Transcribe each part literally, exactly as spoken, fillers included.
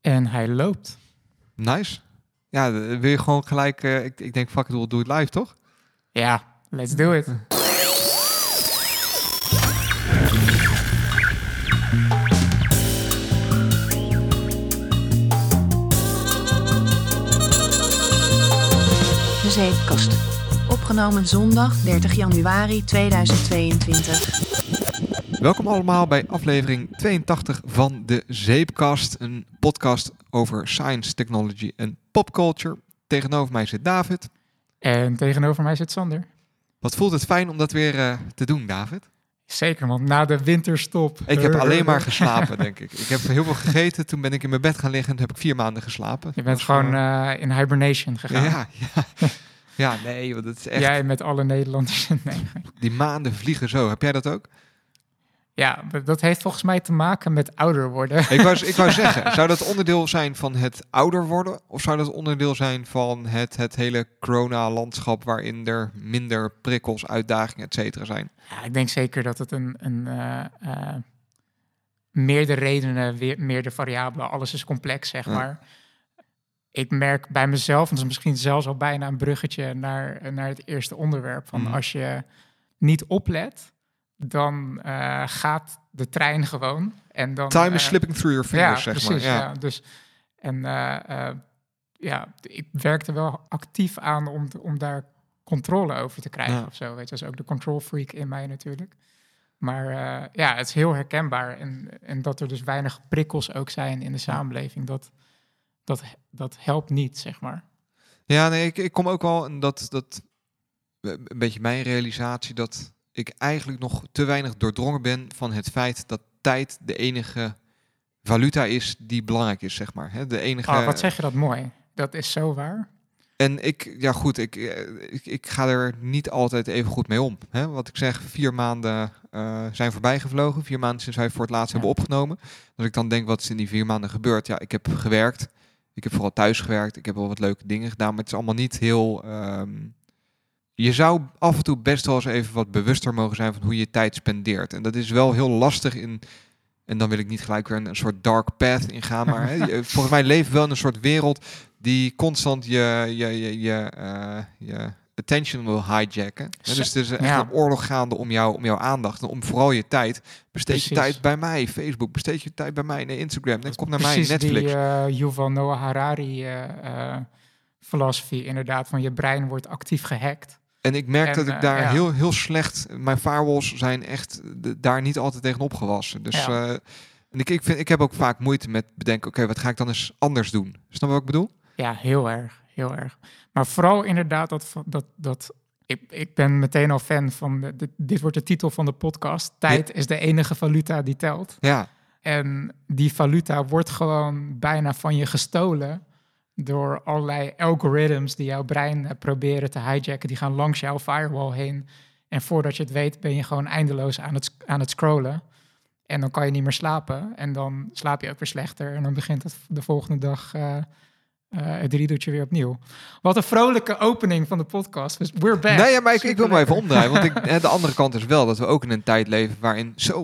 En hij loopt. Nice. Ja, wil je gewoon gelijk... Uh, ik, ik denk, fuck it, we'll do it live, toch? Ja, let's do it. De Zeepkast. Opgenomen zondag dertig januari tweeduizend tweeëntwintig. Welkom allemaal bij aflevering tweeëntachtig van De Zeepkast. Een podcast over science, technology en popculture. Tegenover mij zit David. En tegenover mij zit Sander. Wat voelt het fijn om dat weer uh, te doen, David? Zeker, want na de winterstop... Ik heb alleen maar geslapen, denk ik. Ik heb heel veel gegeten, toen ben ik in mijn bed gaan liggen en toen heb ik vier maanden geslapen. Je bent dus, gewoon uh, uh, in hibernation gegaan. Ja, ja. Ja, nee, want het is echt... Jij met alle Nederlanders. Nee. Die maanden vliegen zo. Heb jij dat ook? Ja, dat heeft volgens mij te maken met ouder worden. Ik wou, ik wou zeggen, zou dat onderdeel zijn van het ouder worden? Of zou dat onderdeel zijn van het, het hele corona-landschap waarin er minder prikkels, uitdagingen, et cetera zijn? Ja, ik denk zeker dat het een... een uh, uh, meerdere redenen, weer, meerdere variabelen. Alles is complex, zeg ja. maar. Ik merk bij mezelf, en dat is misschien zelfs al bijna een bruggetje naar, naar het eerste onderwerp. Van mm. Als je niet oplet, dan uh, gaat de trein gewoon. En dan, Time uh, is slipping through your fingers, ja, zeg precies, maar. Ja, ja. Dus, en uh, uh, ja, ik werkte wel actief aan om, om daar controle over te krijgen ja. of zo. Weet je, dat is ook de control freak in mij natuurlijk. Maar uh, ja, het is heel herkenbaar. En, en dat er dus weinig prikkels ook zijn in de samenleving, dat... Dat, dat helpt niet, zeg maar. Ja, nee, ik, ik kom ook wel... En dat, dat een beetje mijn realisatie... dat ik eigenlijk nog te weinig doordrongen ben... van het feit dat tijd de enige valuta is... die belangrijk is, zeg maar. He, de enige... Oh, wat zeg je dat mooi. Dat is zo waar. En ik... Ja, goed, ik, ik, ik ga er niet altijd even goed mee om. Hè? Wat ik zeg, vier maanden uh, zijn voorbij gevlogen. Vier maanden sinds wij voor het laatst ja. hebben opgenomen. Als ik dan denk, wat is in die vier maanden gebeurd? Ja, ik heb gewerkt... Ik heb vooral thuis gewerkt. Ik heb wel wat leuke dingen gedaan. Maar het is allemaal niet heel... Um, je zou af en toe best wel eens even wat bewuster mogen zijn... van hoe je tijd spendeert. En dat is wel heel lastig in... En dan wil ik niet gelijk weer een, een soort dark path ingaan. Maar hè, je, volgens mij leven we wel in een soort wereld... die constant je, je, je, je, uh, je attention wil hijacken. Hè, dus het is echt ja. een oorlog gaande om, jou, om jouw aandacht. En om vooral je tijd. Besteed precies. je tijd bij mij. Facebook. Besteed je tijd bij mij. Nee, Instagram. Nee, kom naar mij. Netflix. Die uh, Yuval Noah Harari uh, uh, filosofie inderdaad. Van je brein wordt actief gehackt. En ik merk en, dat ik daar uh, ja. heel, heel slecht... Mijn firewalls zijn echt de, daar niet altijd tegen opgewassen. Dus ja. uh, en ik, ik, vind, ik heb ook vaak moeite met bedenken... Oké, okay, wat ga ik dan eens anders doen? Snap je wat ik bedoel? Ja, heel erg. Heel erg. Maar vooral inderdaad dat... dat, dat ik, ik ben meteen al fan van... De, de, dit wordt de titel van de podcast. Tijd ja. is de enige valuta die telt. Ja. En die valuta wordt gewoon bijna van je gestolen... door allerlei algoritmes die jouw brein proberen te hijacken. Die gaan langs jouw firewall heen. En voordat je het weet ben je gewoon eindeloos aan het, aan het scrollen. En dan kan je niet meer slapen. En dan slaap je ook weer slechter. En dan begint het de volgende dag... Uh, Uh, het riedeltje weer opnieuw. Wat een vrolijke opening van de podcast. Dus we're back. Nee, ja, maar ik, ik wil maar even omdraaien. Want ik, de andere kant is wel dat we ook in een tijd leven... waarin zo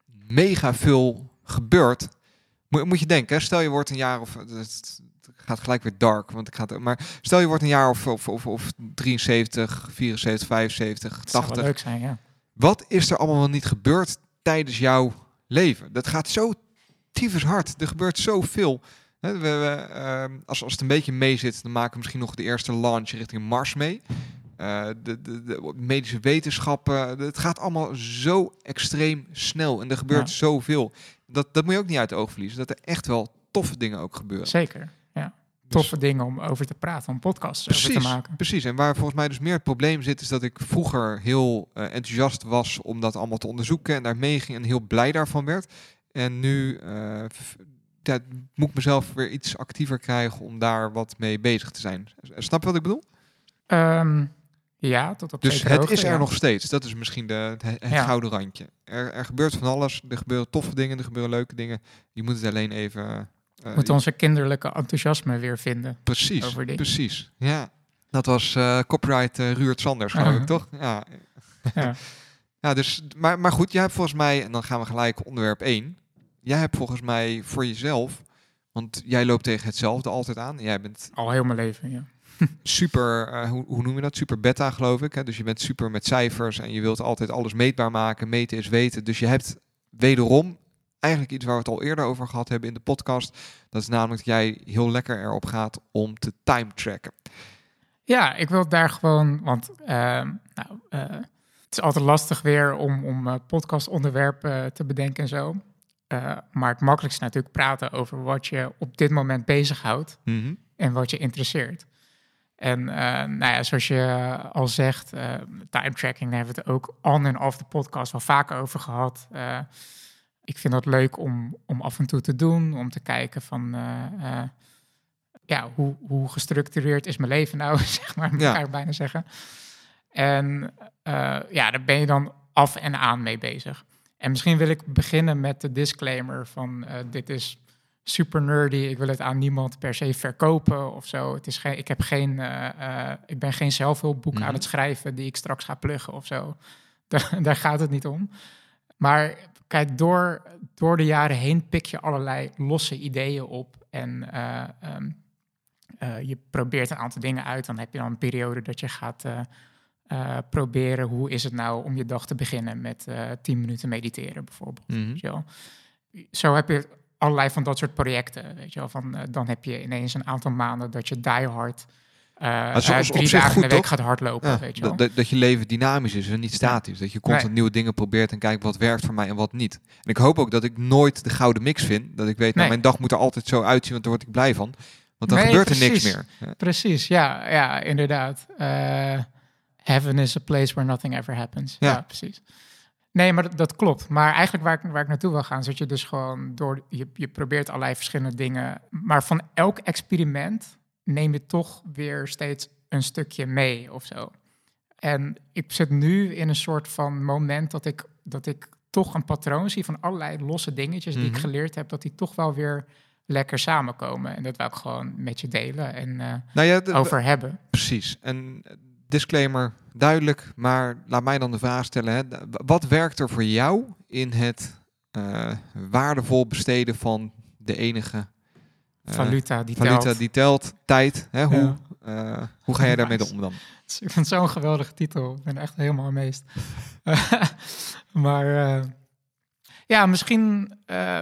mega veel gebeurt. Moet, moet je denken, stel je wordt een jaar of... Het gaat gelijk weer dark. Want ik ga het, maar stel je wordt een jaar of, of, of, of drieënzeventig, vierenzeventig, vijfenzeventig, dat tachtig. zou wel leuk zijn, ja. Wat is er allemaal wel niet gebeurd tijdens jouw leven? Dat gaat zo tyfus hard. Er gebeurt zoveel... We, we, uh, als, als het een beetje mee zit, dan maken we misschien nog de eerste launch richting Mars mee. Uh, de, de, de medische wetenschappen, het gaat allemaal zo extreem snel en er gebeurt ja. zoveel. Dat, dat moet je ook niet uit de oog verliezen, dat er echt wel toffe dingen ook gebeuren. Zeker, ja. Toffe dus, dingen om over te praten, om podcasts precies, over te maken. Precies, en waar volgens mij dus meer het probleem zit, is dat ik vroeger heel uh, enthousiast was om dat allemaal te onderzoeken en daar meeging en heel blij daarvan werd. En nu... Uh, Ja, moet ik mezelf weer iets actiever krijgen om daar wat mee bezig te zijn. Snap je wat ik bedoel? Um, ja, tot op Dus het hoogte, is er ja. nog steeds. Dat is misschien de, het, het ja. gouden randje. Er, er gebeurt van alles. Er gebeuren toffe dingen, er gebeuren leuke dingen. Je moet het alleen even... Uh, moet onze kinderlijke enthousiasme weer vinden. Precies, over precies. Ja, dat was uh, copyright uh, Ruurt Sanders, geloof uh-huh. ik, toch? Ja. ja. ja dus, maar, maar goed, jij hebt volgens mij... En dan gaan we gelijk onderwerp één... Jij hebt volgens mij voor jezelf Want jij loopt tegen hetzelfde altijd aan. Jij bent Al heel mijn leven, ja. super, uh, hoe, hoe noem je dat? Super beta, geloof ik. Hè? Dus je bent super met cijfers en je wilt altijd alles meetbaar maken. Meten is weten. Dus je hebt wederom eigenlijk iets waar we het al eerder over gehad hebben in de podcast. Dat is namelijk dat jij heel lekker erop gaat om te time tracken. Ja, ik wil daar gewoon, want uh, nou, uh, het is altijd lastig weer om, om uh, podcastonderwerpen te bedenken en zo. Uh, maar het makkelijkste is natuurlijk praten over wat je op dit moment bezighoudt Mm-hmm. en wat je interesseert. En uh, nou ja, zoals je al zegt, uh, time tracking, daar hebben we het ook on en off de podcast wel vaker over gehad. Uh, ik vind dat leuk om, om af en toe te doen, om te kijken van, uh, uh, ja, hoe, hoe gestructureerd is mijn leven nou, zeg maar, Ja. kan ik bijna zeggen. En uh, ja, daar ben je dan af en aan mee bezig. En misschien wil ik beginnen met de disclaimer van, uh, dit is super nerdy, ik wil het aan niemand per se verkopen of zo. Het is geen, ik, heb geen, uh, uh, ik ben geen zelfhulpboek Mm-hmm. aan het schrijven die ik straks ga pluggen of zo. Daar, daar gaat het niet om. Maar kijk, door, door de jaren heen pik je allerlei losse ideeën op. En uh, um, uh, je probeert een aantal dingen uit. Dan heb je dan een periode dat je gaat uh, uh, proberen... hoe is het nou om je dag te beginnen met uh, tien minuten mediteren bijvoorbeeld. Mm-hmm. Weet je wel. Zo heb je allerlei van dat soort projecten. Weet je wel. Van, uh, dan heb je ineens een aantal maanden dat je die hard... Uh, Dat is op- uh, op drie zich dagen in de goed, week toch? gaat hardlopen, Ja, weet je wel. dat, dat, dat je leven dynamisch is en niet statisch. Dat je constant Nee. nieuwe dingen probeert en kijkt wat werkt voor mij en wat niet. En ik hoop ook dat ik nooit de gouden mix vind. Dat ik weet, nou, Nee. mijn dag moet er altijd zo uitzien, want daar word ik blij van. Want dan Nee, gebeurt er niks precies. meer. Ja. Precies, ja, ja, inderdaad. Uh, heaven is a place where nothing ever happens. Ja. Ja, precies. Nee, maar dat, dat klopt. Maar eigenlijk waar ik, waar ik naartoe wil gaan, is dat je dus gewoon door... Je, je probeert allerlei verschillende dingen. Maar van elk experiment neem je toch weer steeds een stukje mee of zo. En ik zit nu in een soort van moment dat ik, dat ik toch een patroon zie van allerlei losse dingetjes die Mhm. ik geleerd heb, dat die toch wel weer lekker samenkomen. En dat wil ik gewoon met je delen en uh, Nou ja, de- over hebben. precies. En disclaimer duidelijk, maar laat mij dan de vraag stellen. Hè. Wat werkt er voor jou in het uh, waardevol besteden van de enige uh, Valuta die valuta telt. die telt, tijd? Hè? Hoe, Ja. uh, hoe ga jij daarmee Nice. om dan? Ik vind het zo'n geweldige titel. Ik ben echt helemaal amazed. maar uh, ja, misschien uh,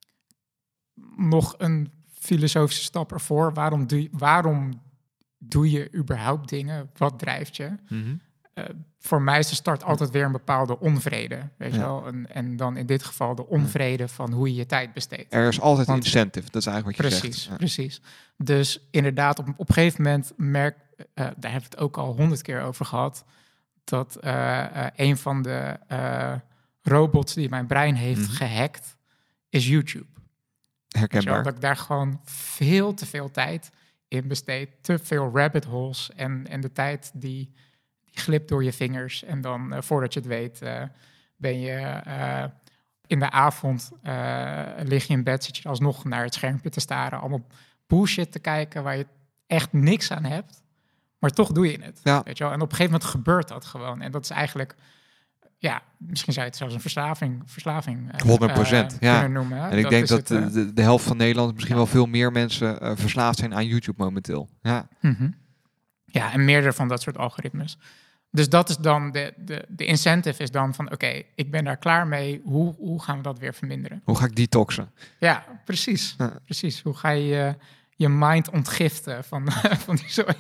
nog een filosofische stap ervoor. Waarom doe, je, waarom doe je überhaupt dingen? Wat drijft je? Mm-hmm. Uh, voor mij is de start altijd weer een bepaalde onvrede. Weet Ja. je wel? En, en dan in dit geval de onvrede van hoe je je tijd besteedt. Er is altijd Want- incentive, dat is eigenlijk wat je Precies, zegt. Ja. precies. Dus inderdaad, op, op een gegeven moment merk, uh, daar hebben we het ook al honderd keer over gehad, dat uh, uh, een van de uh, robots die mijn brein heeft Mhm. gehackt, is YouTube. Weet je wel, Herkenbaar. dat ik daar gewoon veel te veel tijd in besteed, te veel rabbit holes en, en de tijd die, die glipt door je vingers. En dan, uh, voordat je het weet, uh, ben je uh, in de avond, uh, lig je in bed, zit je alsnog naar het schermpje te staren, allemaal bullshit te kijken waar je echt niks aan hebt, maar toch doe je het. Ja. Weet je wel? En op een gegeven moment gebeurt dat gewoon. En dat is eigenlijk, ja, misschien zou je het zelfs een verslaving, verslaving uh, honderd procent, uh, ja. kunnen noemen. Hè? En ik denk is dat het, uh, de, de, de helft van Nederland, misschien ja. wel veel meer mensen uh, verslaafd zijn aan YouTube momenteel. Ja. Mm-hmm. Ja, en meerdere van dat soort algoritmes. Dus dat is dan, de, de, de incentive is dan van, oké, okay, ik ben daar klaar mee. Hoe, hoe gaan we dat weer verminderen? Hoe ga ik detoxen? Ja, precies. Ja. Precies. Hoe ga je je mind ontgiften van, van die zooi?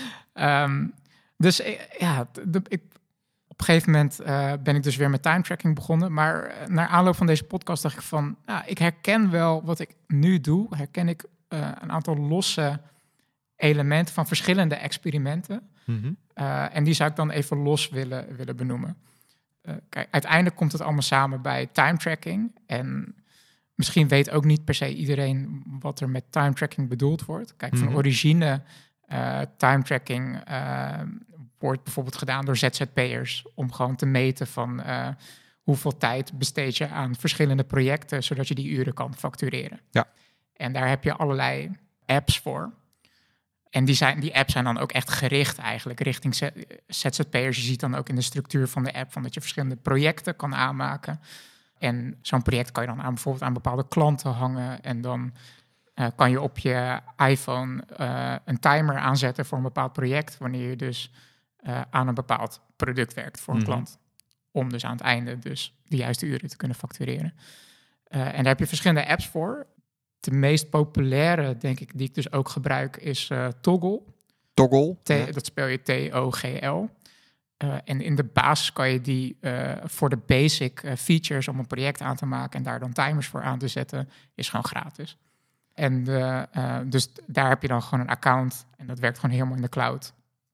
Um, dus ja, de, ik, op een gegeven moment uh, ben ik dus weer met time tracking begonnen. Maar uh, naar aanloop van deze podcast dacht ik van, nou, ik herken wel wat ik nu doe. Herken ik uh, een aantal losse elementen van verschillende experimenten. Mm-hmm. Uh, en die zou ik dan even los willen, willen benoemen. Uh, kijk, uiteindelijk komt het allemaal samen bij time tracking. En misschien weet ook niet per se iedereen wat er met time tracking bedoeld wordt. Kijk, van Mm-hmm. origine, uh, time tracking uh, wordt bijvoorbeeld gedaan door Z Z P'ers om gewoon te meten van uh, hoeveel tijd besteed je aan verschillende projecten, zodat je die uren kan factureren. Ja. En daar heb je allerlei apps voor. En die, zijn, die apps zijn dan ook echt gericht eigenlijk richting Z Z P'ers. Je ziet dan ook in de structuur van de app van dat je verschillende projecten kan aanmaken. En zo'n project kan je dan aan, bijvoorbeeld aan bepaalde klanten hangen. En dan uh, kan je op je iPhone uh, een timer aanzetten voor een bepaald project, wanneer je dus uh, aan een bepaald product werkt voor een mm-hmm. klant. Om dus aan het einde dus de juiste uren te kunnen factureren. Uh, en daar heb je verschillende apps voor. De meest populaire, denk ik, die ik dus ook gebruik, is uh, Toggl. Toggl? T- ja. Dat spel je T O G L. Uh, en in de basis kan je die uh, voor de basic uh, features om een project aan te maken en daar dan timers voor aan te zetten, is gewoon gratis. En uh, uh, dus daar heb je dan gewoon een account en dat werkt gewoon helemaal in de cloud.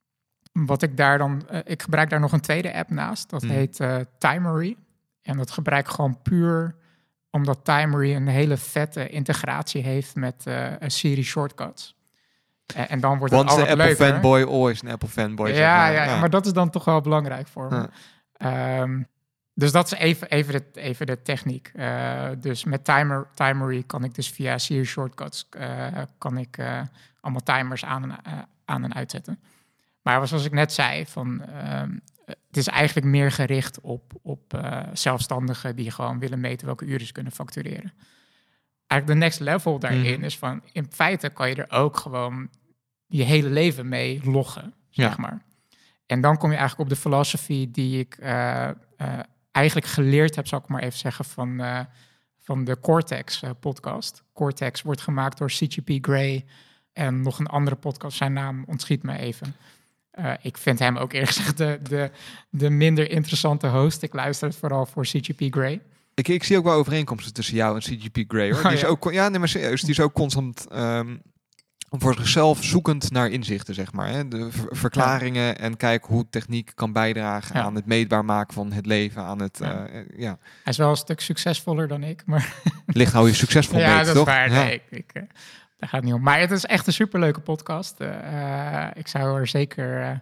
Wat ik daar dan, uh, ik gebruik daar nog een tweede app naast, dat mm. heet uh, Timery. En dat gebruik ik gewoon puur omdat Timery een hele vette integratie heeft met uh, een serie shortcuts. En, en dan wordt het Once altijd Apple leuker. fanboy, always een Apple fanboy. Ja, zeg maar. ja, ja, maar dat is dan toch wel belangrijk voor me. Ja. Um, dus dat is even, even, de, even de techniek. Uh, dus met timer, Timery kan ik dus via series shortcuts uh, kan ik uh, allemaal timers aan en, uh, aan en uitzetten. Maar zoals ik net zei, van, um, het is eigenlijk meer gericht op, op uh, zelfstandigen die gewoon willen meten welke uren ze kunnen factureren. Eigenlijk de next level daarin mm. is van, in feite kan je er ook gewoon je hele leven mee loggen, zeg ja. maar. En dan kom je eigenlijk op de filosofie die ik uh, uh, eigenlijk geleerd heb, zal ik maar even zeggen, van, uh, van de Cortex uh, podcast. Cortex wordt gemaakt door C G P Grey en nog een andere podcast, zijn naam ontschiet me even. Uh, ik vind hem ook eerlijk gezegd de, de, de minder interessante host. Ik luister het vooral voor C G P Grey. Ik, ik zie ook wel overeenkomsten tussen jou en C G P Grey, hoor. Die oh, is ja. ook, ja, nee, maar serieus, die is ook constant um, voor zichzelf zoekend naar inzichten, zeg maar. Hè? De ver- verklaringen ja. en kijken hoe techniek kan bijdragen ja. aan het meetbaar maken van het leven, aan het, ja. Uh, ja. Hij is wel een stuk succesvoller dan ik, maar... Ligt nou je succesvol ja, meet, dat toch? is waar. Ja. Nee, ik, ik, uh, daar gaat niet om. Maar het is echt een superleuke podcast. Uh, ik zou er zeker uh, uh,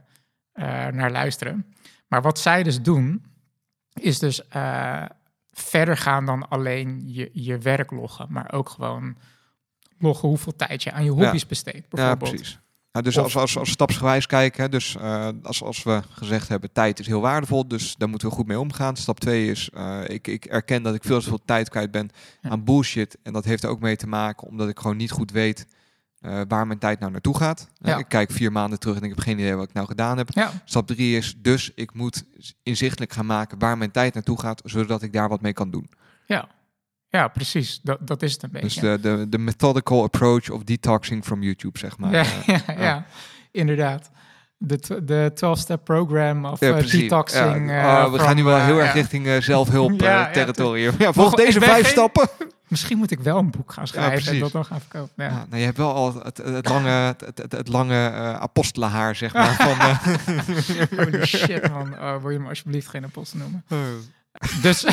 naar luisteren. Maar wat zij dus doen, is dus... Uh, verder gaan dan alleen je, je werk loggen, maar ook gewoon loggen hoeveel tijd je aan je hobby's ja. besteedt, bijvoorbeeld. Ja, precies. Ja, dus of, als, als, als stapsgewijs kijken, dus uh, als, als we gezegd hebben, tijd is heel waardevol, dus daar moeten we goed mee omgaan. Stap twee is, uh, ik, ik erken dat ik veel te veel tijd kwijt ben ja. aan bullshit. En dat heeft er ook mee te maken, omdat ik gewoon niet goed weet uh, waar mijn tijd nou naartoe gaat. Ja. Uh, ik kijk vier maanden terug en ik heb geen idee wat ik nou gedaan heb. Ja. Stap drie is, dus ik moet inzichtelijk gaan maken waar mijn tijd naartoe gaat, zodat ik daar wat mee kan doen. Ja, ja precies. Dat, dat is het een beetje. Dus de, de, de methodical approach of detoxing from YouTube, zeg maar. Ja, uh, ja, ja. ja. inderdaad. De, de twaalf-step program of ja, uh, detoxing. Ja. Oh, uh, we from, gaan nu wel heel uh, erg ja. richting uh, zelfhulp ja, uh, territorium. Ja, ja, volg deze vijf geen... stappen. Misschien moet ik wel een boek gaan schrijven ja, en dat dan gaan verkopen. Ja. Ja, nou, je hebt wel al het, het lange, het, het, het lange uh, apostelenhaar, zeg maar. Van, uh... Holy shit, man. Oh, wil je me alsjeblieft geen apostel noemen? Oh. Dus,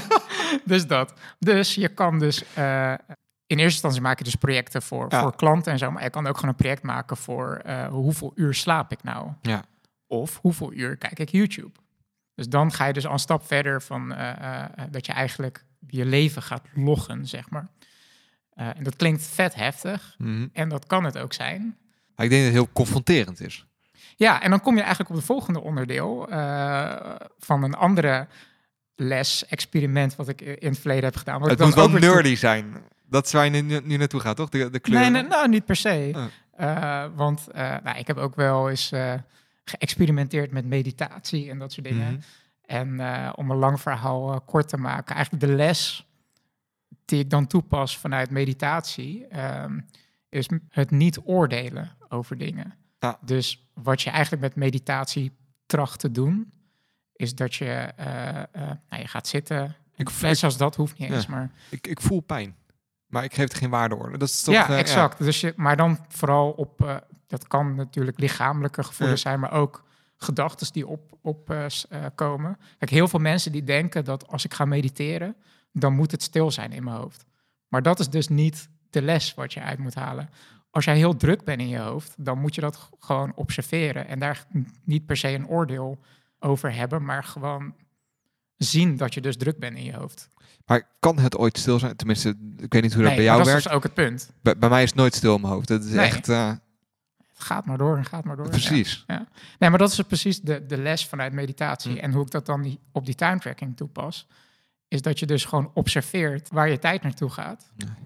dus dat. Dus je kan dus... Uh, in eerste instantie maak je dus projecten voor, ja. voor klanten en zo. Maar je kan ook gewoon een project maken voor uh, hoeveel uur slaap ik nou? Ja. Of hoeveel uur kijk ik YouTube? Dus dan ga je dus al een stap verder van uh, uh, dat je eigenlijk je leven gaat loggen, zeg maar. Uh, en dat klinkt vet heftig. Mm-hmm. En dat kan het ook zijn. Maar ik denk dat het heel confronterend is. Ja, en dan kom je eigenlijk op het volgende onderdeel uh, van een andere les, experiment wat ik in het verleden heb gedaan. Wat het ik moet dan wel nerdy toe... zijn. Dat is waar je nu, nu naartoe gaat, toch? De, de kleuren? Nee, nee, nou, niet per se. Oh. Uh, want uh, nou, ik heb ook wel eens uh, geëxperimenteerd met meditatie en dat soort dingen. Mm-hmm. En uh, om een lang verhaal uh, kort te maken, eigenlijk de les die ik dan toepas vanuit meditatie, um, is het niet oordelen over dingen. Ja. Dus wat je eigenlijk met meditatie tracht te doen, is dat je, uh, uh, nou, je gaat zitten. Ik, Fles als dat hoeft niet ja. eens, maar... Ik, ik voel pijn, maar ik geef het geen waardeoordeel. Dat is toch, ja, uh, exact. Ja. Dus je, maar dan vooral op, uh, dat kan natuurlijk lichamelijke gevoelens ja. zijn, maar ook gedachten die op, op uh, komen. Kijk, heel veel mensen die denken dat als ik ga mediteren, dan moet het stil zijn in mijn hoofd. Maar dat is dus niet de les wat je uit moet halen. Als jij heel druk bent in je hoofd, dan moet je dat gewoon observeren en daar niet per se een oordeel over hebben, maar gewoon zien dat je dus druk bent in je hoofd. Maar kan het ooit stil zijn? Tenminste, ik weet niet hoe dat nee, bij jou dat werkt. Dat is dus ook het punt. Bij, bij mij is het nooit stil in mijn hoofd. Het is nee. echt... Uh... Het gaat maar door en gaat maar door. Precies. Ja, ja. Nee, maar dat is precies de, de les vanuit meditatie. Hm. En hoe ik dat dan die, op die time tracking toepas, is dat je dus gewoon observeert waar je tijd naartoe gaat. Nee.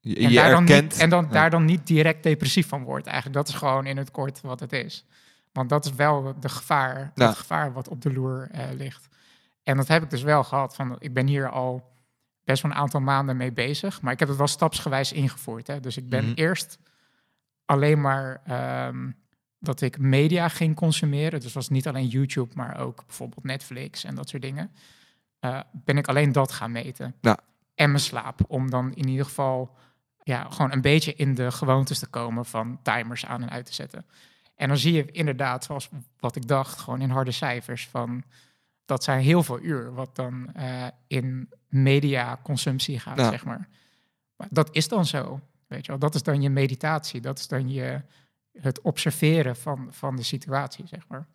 Je, En, je daar, dan erkent... niet, en dan, ja. daar dan niet direct depressief van wordt. Eigenlijk, dat is gewoon in het kort wat het is. Want dat is wel de gevaar, Ja. het gevaar wat op de loer uh, ligt. En dat heb ik dus wel gehad. Van, ik ben hier al best wel een aantal maanden mee bezig. Maar ik heb het wel stapsgewijs ingevoerd. Hè. Dus ik ben Mm-hmm. eerst alleen maar um, dat ik media ging consumeren. Dus was niet alleen YouTube, maar ook bijvoorbeeld Netflix en dat soort dingen. Uh, ben ik alleen dat gaan meten. Ja. En mijn slaap. Om dan in ieder geval ja, gewoon een beetje in de gewoontes te komen van timers aan en uit te zetten. En dan zie je inderdaad, zoals wat ik dacht, gewoon in harde cijfers van... dat zijn heel veel uur wat dan uh, in mediaconsumptie gaat, ja. zeg maar. Maar dat is dan zo, weet je wel. Dat is dan je meditatie. Dat is dan je, het observeren van, van de situatie, zeg maar.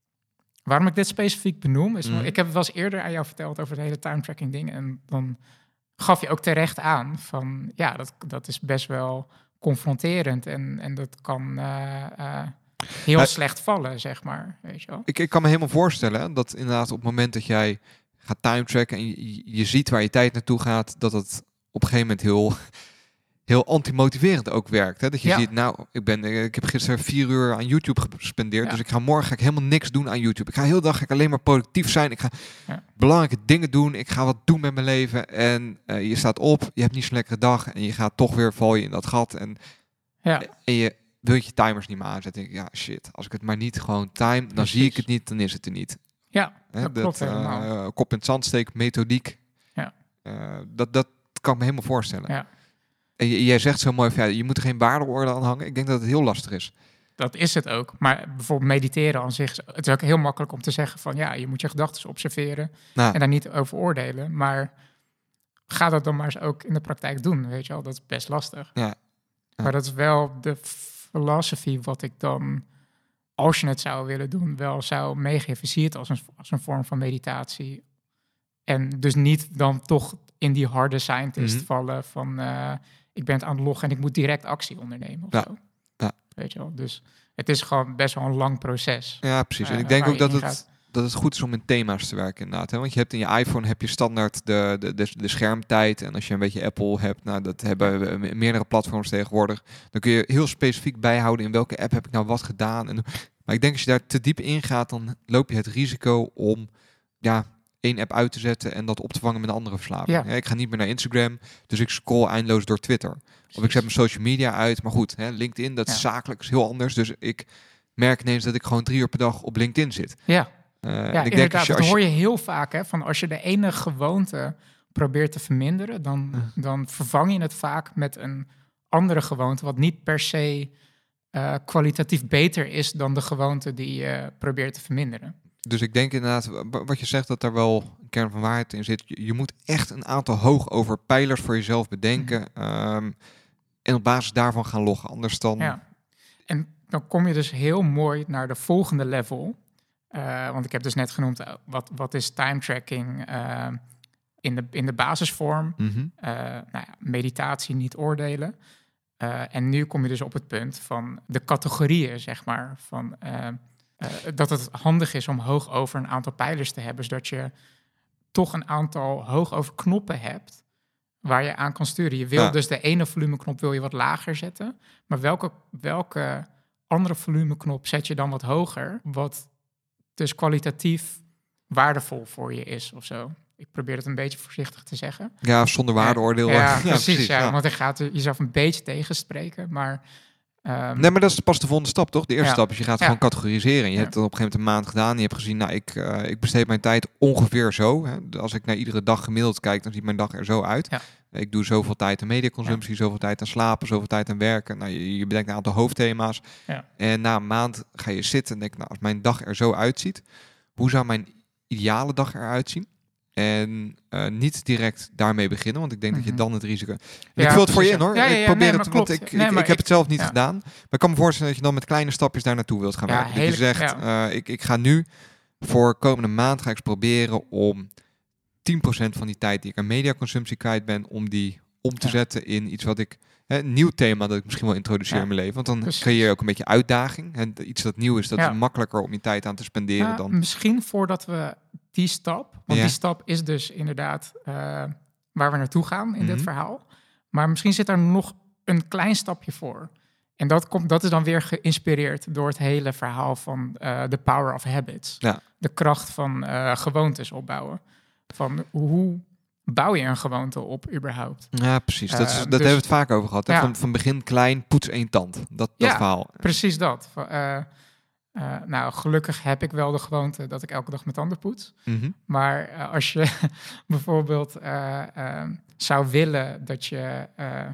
Waarom ik dit specifiek benoem, is... Mm. Ik heb het wel eens eerder aan jou verteld over het hele time-tracking ding. En dan gaf je ook terecht aan van... ja, dat, dat is best wel confronterend. En, en dat kan... Uh, uh, heel uh, slecht vallen, zeg maar. Weet je wel. Ik, ik kan me helemaal voorstellen dat inderdaad op het moment dat jij gaat timetracken en je, je ziet waar je tijd naartoe gaat, dat het op een gegeven moment heel, heel antimotiverend ook werkt. Hè? Dat je ja. ziet, nou, ik, ben, ik heb gisteren vier uur aan YouTube gespendeerd, ja. dus ik ga morgen ga ik helemaal niks doen aan YouTube. Ik ga heel de dag ga ik alleen maar productief zijn. Ik ga ja. belangrijke dingen doen. Ik ga wat doen met mijn leven. En uh, je staat op, je hebt niet zo'n lekkere dag en je gaat toch weer, val je in dat gat. En, ja. en je wil je timers niet meer aanzetten. Ja, shit. Als ik het maar niet gewoon time, dan Precies. zie ik het niet, dan is het er niet. Ja, Hè, dat, dat klopt helemaal. Uh, kop in het zand steek, methodiek. Ja. Uh, dat, dat kan ik me helemaal voorstellen. Ja. En j- jij zegt zo mooi, van, ja, je moet er geen waardeoordeel aan hangen. Ik denk dat het heel lastig is. Dat is het ook. Maar bijvoorbeeld mediteren aan zich, het is ook heel makkelijk om te zeggen van ja, je moet je gedachten observeren nou. en daar niet over oordelen. Maar ga dat dan maar eens ook in de praktijk doen, weet je wel. Dat is best lastig. Ja. Ja. Maar dat is wel de filosofie wat ik dan, als je het zou willen doen, wel zou meegeven. Zie het als een, als een vorm van meditatie. En dus niet dan toch in die harde scientist mm-hmm. vallen van uh, ik ben het aan het loggen en ik moet direct actie ondernemen of ja. zo. Ja. Weet je wel. Dus het is gewoon best wel een lang proces. Ja, precies. En Uh, ik denk ook dat het, gaat. dat het goed is om in thema's te werken inderdaad. Hè? Want je hebt in je iPhone heb je standaard de, de, de, de schermtijd. En als je een beetje Apple hebt, nou, dat hebben we meerdere platforms tegenwoordig. Dan kun je heel specifiek bijhouden in welke app heb ik nou wat gedaan. En, maar ik denk als je daar te diep in gaat, dan loop je het risico om ja, één app uit te zetten en dat op te vangen met een andere verslaving. Ja. Ja, ik ga niet meer naar Instagram, dus ik scroll eindeloos door Twitter. Precies. Of ik zet mijn social media uit. Maar goed, hè, LinkedIn, dat is ja. zakelijk is heel anders. Dus ik merk ineens dat ik gewoon drie uur per dag op LinkedIn zit. Ja, uh, ja en ik inderdaad. denk als je, Dat als je... hoor je heel vaak. Hè, van als je de ene gewoonte probeert te verminderen, dan, ja. dan vervang je het vaak met een andere gewoonte, wat niet per se uh, kwalitatief beter is dan de gewoonte die je probeert te verminderen. Dus ik denk inderdaad, wat je zegt, dat daar wel een kern van waarheid in zit. Je, je moet echt een aantal hoogover pijlers voor jezelf bedenken. Mm-hmm. Um, en op basis daarvan gaan loggen. Anders dan... Ja. En dan kom je dus heel mooi naar de volgende level. Uh, want ik heb dus net genoemd, uh, wat, wat is time tracking uh, in, de, in de basisvorm. Mm-hmm. Uh, nou ja, meditatie, niet oordelen. Uh, en nu kom je dus op het punt van de categorieën, zeg maar. Van, uh, uh, dat het handig is om hoog over een aantal pijlers te hebben, zodat je toch een aantal hoog over knoppen hebt waar je aan kan sturen. Je wil ja. dus de ene volumeknop wil je wat lager zetten, maar welke, welke andere volumeknop zet je dan wat hoger, wat dus kwalitatief waardevol voor je is of zo. Ik probeer het een beetje voorzichtig te zeggen. Ja, zonder waardeoordeel. Ja, ja, ja precies. precies ja, ja. Want je gaat jezelf een beetje tegenspreken, maar... Um, nee, maar dat is pas de volgende stap, toch? De eerste ja. stap is je gaat ja. gewoon categoriseren. Je ja. hebt het op een gegeven moment een maand gedaan. Je hebt gezien, nou, ik, uh, ik besteed mijn tijd ongeveer zo. Hè. Als ik naar iedere dag gemiddeld kijk, dan ziet mijn dag er zo uit. Ja. Ik doe zoveel tijd aan mediaconsumptie, ja. zoveel tijd aan slapen, zoveel tijd aan werken. Nou, je, je bedenkt een aantal hoofdthema's. Ja. En na een maand ga je zitten en denk, nou, als mijn dag er zo uitziet, hoe zou mijn ideale dag eruit zien? En uh, niet direct daarmee beginnen, want ik denk mm-hmm. dat je dan het risico... Ja, ik vul het voor je in, hoor. Ja, ja, ja, ik probeer nee, het, klopt. want ik, nee, ik, ik heb ik, het zelf niet ja. gedaan. Maar ik kan me voorstellen dat je dan met kleine stapjes daar naartoe wilt gaan ja, werken. Hele, dat je zegt, ja. uh, ik, ik ga nu voor komende maand ga ik proberen om tien procent van die tijd die ik aan mediaconsumptie kwijt ben, om die om te ja. zetten in iets wat ik... Hè, een nieuw thema dat ik misschien wel introduceer ja. in mijn leven. Want dan Precies. creëer je ook een beetje uitdaging. En iets dat nieuw is, dat ja. is makkelijker om je tijd aan te spenderen ja, dan... Misschien voordat we die stap... Want ja. die stap is dus inderdaad uh, waar we naartoe gaan in mm-hmm. dit verhaal. Maar misschien zit er nog een klein stapje voor. En dat, komt, dat is dan weer geïnspireerd door het hele verhaal van uh, The Power of Habits. Ja. De kracht van uh, gewoontes opbouwen. Van hoe bouw je een gewoonte op überhaupt? Ja, precies. Dat, is, Uh, dat dus, hebben we het vaak over gehad. Hè? Ja. Van, van begin klein, poets één tand. Dat, dat Ja, verhaal. Precies dat. Uh, uh, nou, gelukkig heb ik wel de gewoonte dat ik elke dag mijn tanden poets. Mm-hmm. Maar uh, als je bijvoorbeeld uh, uh, zou willen dat je uh,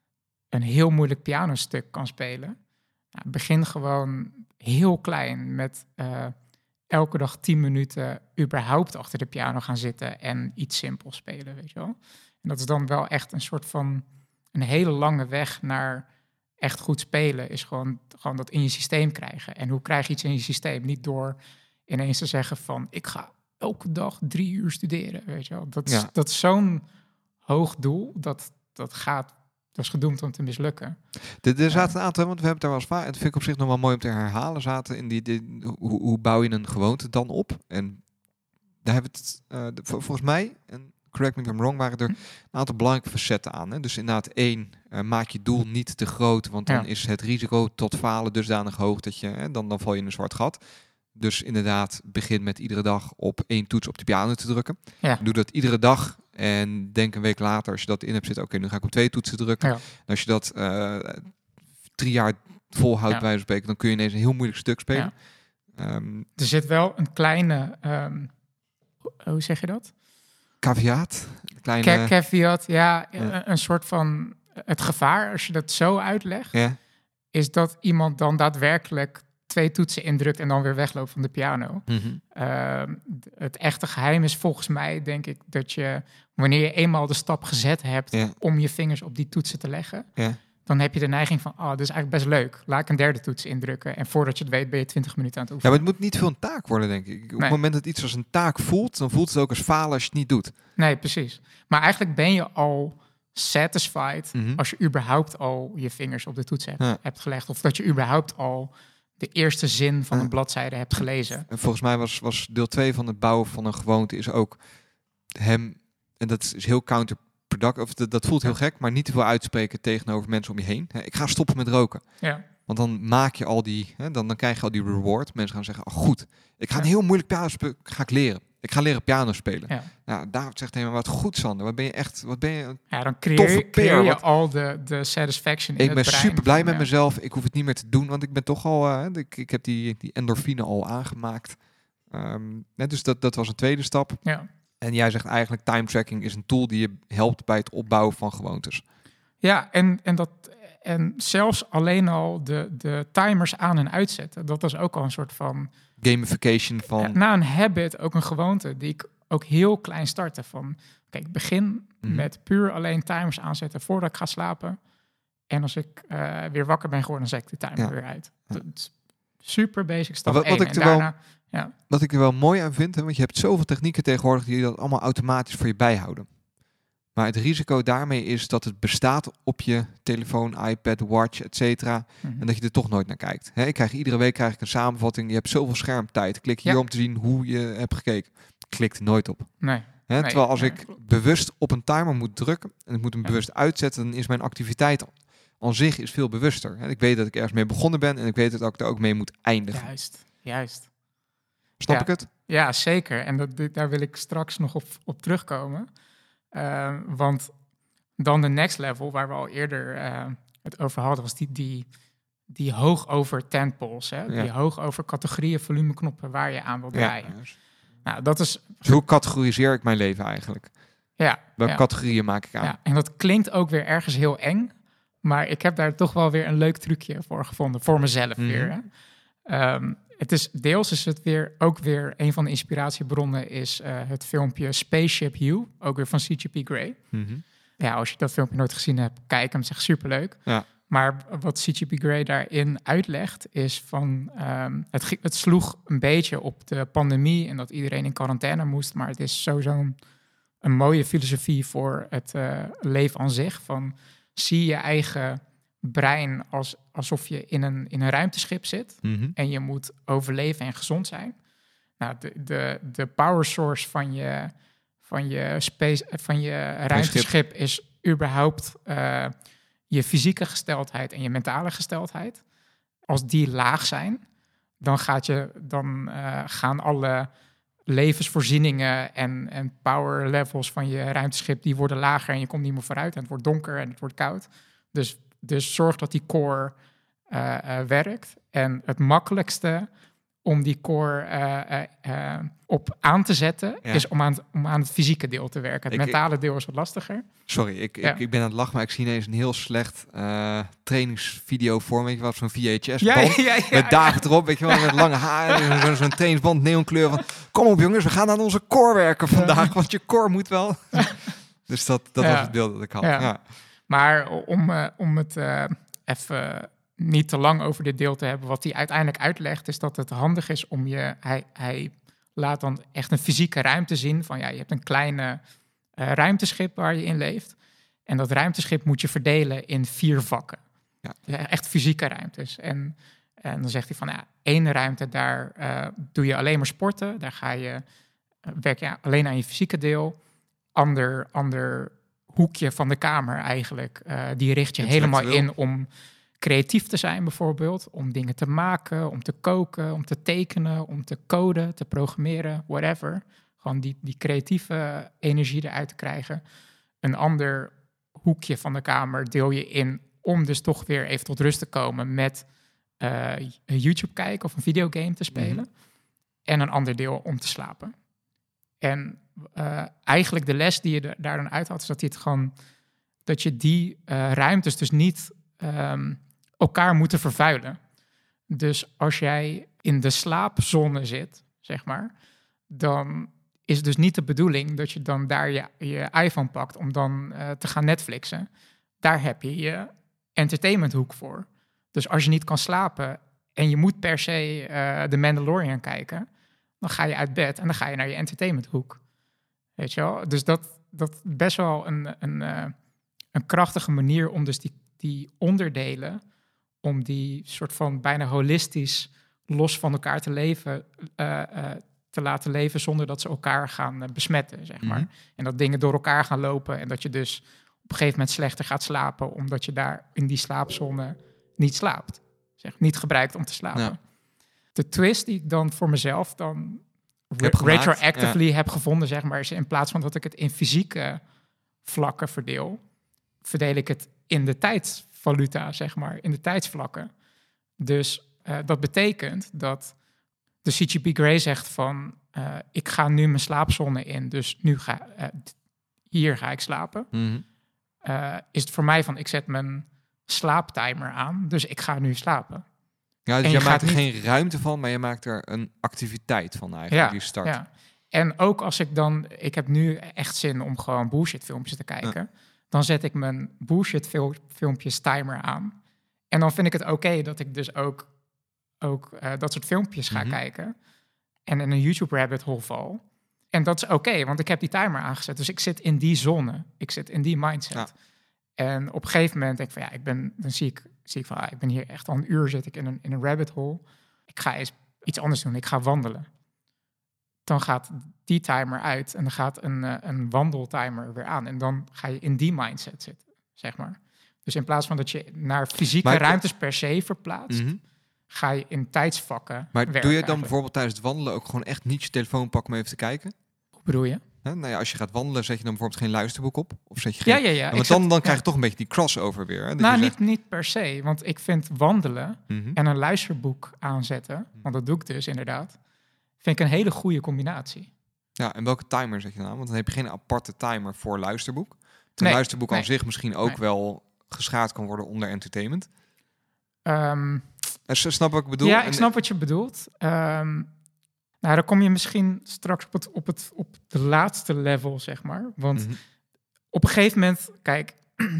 een heel moeilijk pianostuk kan spelen, nou, begin gewoon heel klein met uh, elke dag tien minuten überhaupt achter de piano gaan zitten en iets simpels spelen, weet je wel. En dat is dan wel echt een soort van een hele lange weg naar echt goed spelen, is gewoon, gewoon dat in je systeem krijgen. En hoe krijg je iets in je systeem? Niet door ineens te zeggen van, ik ga elke dag drie uur studeren, weet je wel. Dat is, Ja. dat is zo'n hoog doel, dat, dat gaat, dat is gedoemd om te mislukken. Er, er zaten een aantal, want we hebben het daar wel eens vaak, en dat vind ik op zich nog wel mooi om te herhalen, zaten in die, die hoe, hoe bouw je een gewoonte dan op? En daar hebben we het, uh, de, vol, volgens mij, en correct me if I'm wrong, waren er een aantal belangrijke facetten aan. Hè? Dus inderdaad, één, uh, maak je doel niet te groot, want dan Ja. is het risico tot falen dusdanig hoog dat je, hè, dan, dan val je in een zwart gat. Dus inderdaad, begin met iedere dag op één toets op de piano te drukken. Ja. Doe dat iedere dag en denk een week later, als je dat in hebt zitten, oké, okay, nu ga ik op twee toetsen drukken. Ja. En als je dat uh, drie jaar volhoudt, Ja. bij wijze van spreken, dan kun je ineens een heel moeilijk stuk spelen. Ja. Um, Er zit wel een kleine, um, hoe zeg je dat? Caveat. Een kleine... Ca- caveat, ja, Ja. Een, een soort van het gevaar, als je dat zo uitlegt, Ja. is dat iemand dan daadwerkelijk twee toetsen indrukt en dan weer wegloopt van de piano. Mm-hmm. Uh, het echte geheim is volgens mij, denk ik, dat je, wanneer je eenmaal de stap gezet hebt Ja. om je vingers op die toetsen te leggen, Ja. dan heb je de neiging van, oh, dit is eigenlijk best leuk. Laat ik een derde toets indrukken. En voordat je het weet, ben je twintig minuten aan het Ja, oefenen. maar het moet niet veel een taak worden, denk ik. Op Nee. het moment dat iets als een taak voelt, dan voelt het ook als falen als je het niet doet. Nee, precies. Maar eigenlijk ben je al satisfied Mm-hmm. als je überhaupt al je vingers op de toets hebt, Ja. hebt gelegd. Of dat je überhaupt al de eerste zin van Ja. een bladzijde hebt gelezen. En volgens mij was, was deel twee van het bouwen van een gewoonte is ook hem, en dat is heel counterproductive, of dat, dat voelt heel Ja. gek, maar niet te veel uitspreken tegenover mensen om je heen. Hè, ik ga stoppen met roken. Ja, Want dan maak je al die, hè, dan, dan krijg je al die reward. Mensen gaan zeggen, oh goed, ik ga een Ja. heel moeilijk piano spelen, ga ik leren. Ik ga leren piano spelen. ja. Nou, daar zegt hij, maar wat goed, Sander. Wat ben je echt, wat ben je... ja dan creëer Toffe je, creëer peer, je wat- al de, de satisfaction in Ik het ben brein super blij van, met ja. mezelf. Ik hoef het niet meer te doen, want ik ben toch al, uh, ik, ik heb die, die endorfine al aangemaakt. Um, net, dus dat, dat was een tweede stap. Ja. En jij zegt eigenlijk, time tracking is een tool die je helpt bij het opbouwen van gewoontes. Ja, en, en, dat, en zelfs alleen al de, de timers aan en uitzetten, dat was ook al een soort van, Gamification van... ja, na een habit ook een gewoonte die ik ook heel klein startte. Van, kijk, ik begin Mhm. met puur alleen timers aanzetten voordat ik ga slapen. En als ik uh, weer wakker ben geworden, dan zet ik de timer Ja. weer uit. Ja. Dat is super basic stap Maar wat- wat één. ik En er wel- daarna, ja, Wat ik er wel mooi aan vind, hè, want je hebt zoveel technieken tegenwoordig die dat allemaal automatisch voor je bijhouden. Maar het risico daarmee is dat het bestaat op je telefoon, iPad, watch, et cetera. mhm. En dat je er toch nooit naar kijkt. Hè, ik krijg iedere week krijg ik een samenvatting. Je hebt zoveel schermtijd. Klik hier Ja. om te zien hoe je hebt gekeken. Klik er nooit op. Nee, Hè, Nee, terwijl als nee, ik klopt. bewust op een timer moet drukken en ik moet hem Ja. bewust uitzetten, dan is mijn activiteit aan zich is veel bewuster. Hè. Ik weet dat ik ergens mee begonnen ben en ik weet dat ik er ook mee moet eindigen. juist, juist. Snap Ja. ik het? Ja, zeker. En dat, dit- daar wil ik straks nog op, op terugkomen. Uh, want dan de next level, waar we al eerder uh, het over hadden, was die, die, die hoog over tentpoles. Hè? Ja. Die hoog over categorieën, volumeknoppen waar je aan wil draaien. Ja. Nou, dat is... Dus hoe categoriseer ik mijn leven eigenlijk? Ja, Welke ja, categorieën maak ik aan? ja, en dat klinkt ook weer ergens heel eng. Maar ik heb daar toch wel weer een leuk trucje voor gevonden. Voor mezelf Mhm. weer. Hè? Um, het is, deels is het weer ook weer een van de inspiratiebronnen is uh, het filmpje Spaceship You, ook weer van C G P Grey. Mhm. Ja, als je dat filmpje nooit gezien hebt, kijk hem, zeg superleuk. Ja. Maar wat C G P Grey daarin uitlegt is van, um, het, ge- het sloeg een beetje op de pandemie en dat iedereen in quarantaine moest, maar het is sowieso een, een mooie filosofie voor het uh, leven aan zich. Van zie je eigen brein als, alsof je in een, in een ruimteschip zit Mhm. en je moet overleven en gezond zijn. Nou, de, de, de power source van je, van je, space, van je ruimteschip is überhaupt uh, je fysieke gesteldheid en je mentale gesteldheid. Als die laag zijn, dan, gaat je, dan uh, gaan alle levensvoorzieningen en, en power levels van je ruimteschip, die worden lager en je komt niet meer vooruit en het wordt donker en het wordt koud. Dus, dus zorg dat die core uh, uh, werkt. En het makkelijkste om die core uh, uh, uh, op aan te zetten, ja. is om aan, het, om aan het fysieke deel te werken. Het ik, mentale ik, deel is wat lastiger. Sorry, ik, ja. ik, ik ben aan het lachen, maar ik zie ineens een heel slecht uh, trainingsvideo voor me. Weet je wat, zo'n V H S-band ja, ja, ja, met David ja. erop, weet je wel, met lange haar, zo'n, zo'n trainingsband, neonkleur van, kom op jongens, we gaan aan onze core werken vandaag, want je core moet wel. Dus dat, dat ja. was het beeld dat ik had. Ja. Ja. Maar om, uh, om het uh, even niet te lang over dit deel te hebben, wat hij uiteindelijk uitlegt, is dat het handig is om je, hij, hij laat dan echt een fysieke ruimte zien van, ja, je hebt een kleine uh, ruimteschip waar je in leeft. En dat ruimteschip moet je verdelen in vier vakken. Ja. Ja, echt fysieke ruimtes. En, en dan zegt hij van, ja, één ruimte, daar uh, doe je alleen maar sporten. Daar ga je, uh, werk je alleen aan je fysieke deel. Ander, ander hoekje van de kamer eigenlijk, uh, die richt je helemaal in om creatief te zijn bijvoorbeeld, om dingen te maken, om te koken, om te tekenen, om te coden, te programmeren, whatever. Gewoon die, die creatieve energie eruit te krijgen. Een ander hoekje van de kamer deel je in om dus toch weer even tot rust te komen met uh, YouTube kijken of een videogame te spelen. Mm-hmm. En een ander deel om te slapen. En uh, eigenlijk de les die je de, daar dan uit had, is dat je het gewoon, dat je die uh, ruimtes dus niet um, elkaar moeten vervuilen. Dus als jij in de slaapzone zit, zeg maar, dan is het dus niet de bedoeling dat je dan daar je, je iPhone pakt om dan uh, te gaan Netflixen. Daar heb je je entertainmenthoek voor. Dus als je niet kan slapen en je moet per se uh, The Mandalorian kijken, dan ga je uit bed en dan ga je naar je entertainmenthoek. Weet je wel? Dus dat dat best wel een, een, uh, een krachtige manier om dus die, die onderdelen, om die soort van bijna holistisch los van elkaar te leven, uh, uh, te laten leven zonder dat ze elkaar gaan uh, besmetten, zeg maar. Mm-hmm. En dat dingen door elkaar gaan lopen en dat je dus op een gegeven moment slechter gaat slapen, omdat je daar in die slaapzone niet slaapt. Zeg, niet gebruikt om te slapen. Ja. De twist die ik dan voor mezelf dan re- retroactively ja. heb gevonden, zeg maar, is in plaats van dat ik het in fysieke vlakken verdeel, verdeel ik het in de tijdsvaluta, zeg maar, in de tijdsvlakken. Dus uh, dat betekent dat de C G P Grey zegt van, uh, ik ga nu mijn slaapzone in, dus nu ga uh, hier ga ik slapen. Mm-hmm. Uh, is het voor mij van, ik zet mijn slaaptimer aan, dus ik ga nu slapen. Ja, dus je, je maakt er niet geen ruimte van, maar je maakt er een activiteit van eigenlijk, ja, die start. Ja. En ook als ik dan, ik heb nu echt zin om gewoon bullshit filmpjes te kijken, ja. dan zet ik mijn bullshit fil- filmpjes timer aan. En dan vind ik het oké okay dat ik dus ook, ook uh, dat soort filmpjes ga mm-hmm. kijken en in een YouTube rabbit hole val. En dat is oké, okay, want ik heb die timer aangezet. Dus ik zit in die zone. Ik zit in die mindset. Ja. En op een gegeven moment denk ik van ja, ik ben, dan zie ik, zie ik van ah, ik ben hier echt al een uur zit ik in een, in een rabbit hole. Ik ga eens iets anders doen. Ik ga wandelen. Dan gaat die timer uit en dan gaat een, uh, een wandeltimer weer aan. En dan ga je in die mindset zitten, zeg maar. Dus in plaats van dat je naar fysieke maar, ruimtes per se verplaatst, mm-hmm. ga je in tijdsvakken Maar werken, doe je dan eigenlijk. bijvoorbeeld tijdens het wandelen ook gewoon echt niet je telefoon pakken om even te kijken? Hoe bedoel je? He, nou ja, als je gaat wandelen, zet je dan bijvoorbeeld geen luisterboek op? Of zet je geen... Ja, ja, ja. ja want dan, dan krijg je ja. toch een beetje die crossover weer. Hè? Dat nou, je niet, zegt... niet per se. Want ik vind wandelen mm-hmm. en een luisterboek aanzetten, want dat doe ik dus inderdaad, vind ik een hele goede combinatie. Ja, en welke timer zet je dan aan? Want dan heb je geen aparte timer voor luisterboek. Een nee, luisterboek nee. aan zich misschien ook nee. wel geschaard kan worden onder entertainment. Um, snap wat ik bedoel? Ja, ik snap wat je bedoelt. Um, nou, dan kom je misschien straks op het, op het op de laatste level, zeg maar. Want mm-hmm. op een gegeven moment, kijk,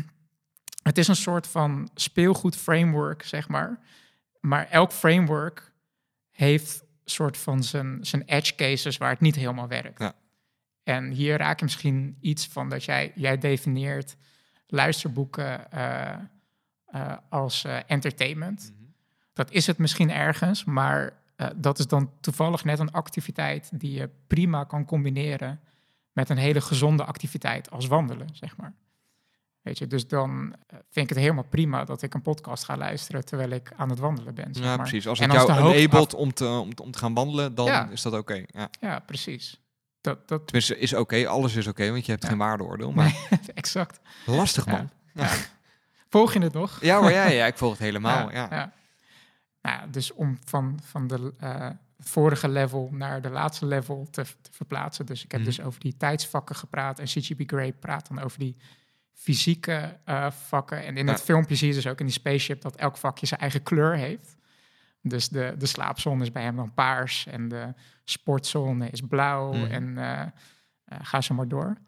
het is een soort van speelgoed framework, zeg maar. Maar elk framework heeft soort van zijn, zijn edge cases waar het niet helemaal werkt. Ja. En hier raak je misschien iets van dat jij, jij definieert luisterboeken uh, uh, als uh, entertainment. Mm-hmm. Dat is het misschien ergens, maar uh, dat is dan toevallig net een activiteit die je prima kan combineren met een hele gezonde activiteit als wandelen, zeg maar. Weet je, dus dan vind ik het helemaal prima dat ik een podcast ga luisteren terwijl ik aan het wandelen ben. Zeg ja, maar. precies. Als en het als jou de hoofd enabled af- om te, om, te- om te gaan wandelen, dan Ja. is dat oké. Okay. Ja. Ja, precies. Dat, dat, Tenminste, is oké. Okay. Alles is oké, okay, want je hebt Ja. geen waardeoordeel. Maar exact. lastig, man. Ja. Ja. Volg je het nog? Ja, maar ja, ja, ik volg het helemaal. Ja, Ja, ja. Nou, ja, dus om van, van de uh, vorige level naar de laatste level te, te verplaatsen. Dus ik heb Mhm. dus over die tijdsvakken gepraat. En C G P Grey praat dan over die fysieke uh, vakken. En in Ja. het filmpje zie je dus ook in die spaceship dat elk vakje zijn eigen kleur heeft. Dus de, de slaapzone is bij hem dan paars. En de sportzone is blauw. Mhm. En uh, uh, ga zo maar door.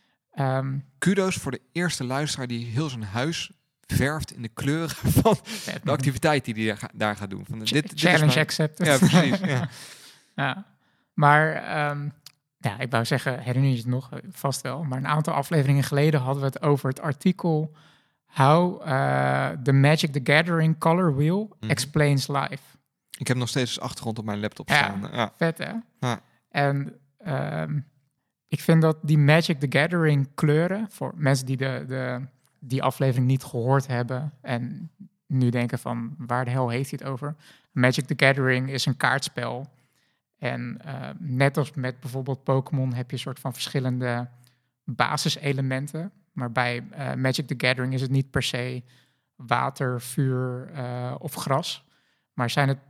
Um, Kudos voor de eerste luisteraar die heel zijn huis verft in de kleuren van de activiteit die hij daar, ga, daar gaat doen. Van, dit, dit challenge is mijn... accepted. Ja, precies. Ja. Ja. Maar um, ja, ik wou zeggen, herinner je het nog? Vast wel. Maar een aantal afleveringen geleden hadden we het over het artikel How uh, the Magic the Gathering Color Wheel Mhm. Explains Life. Ik heb nog steeds als achtergrond op mijn laptop Ja, staan. Ja. vet hè? Ja. En um, ik vind dat die Magic the Gathering kleuren, voor mensen die de, de, die aflevering niet gehoord hebben en nu denken van, waar de hel heeft hij het over? Magic the Gathering is een kaartspel. En uh, net als met bijvoorbeeld Pokémon heb je een soort van verschillende basiselementen. Maar bij uh, Magic the Gathering is het niet per se water, vuur uh, of gras. Maar zijn het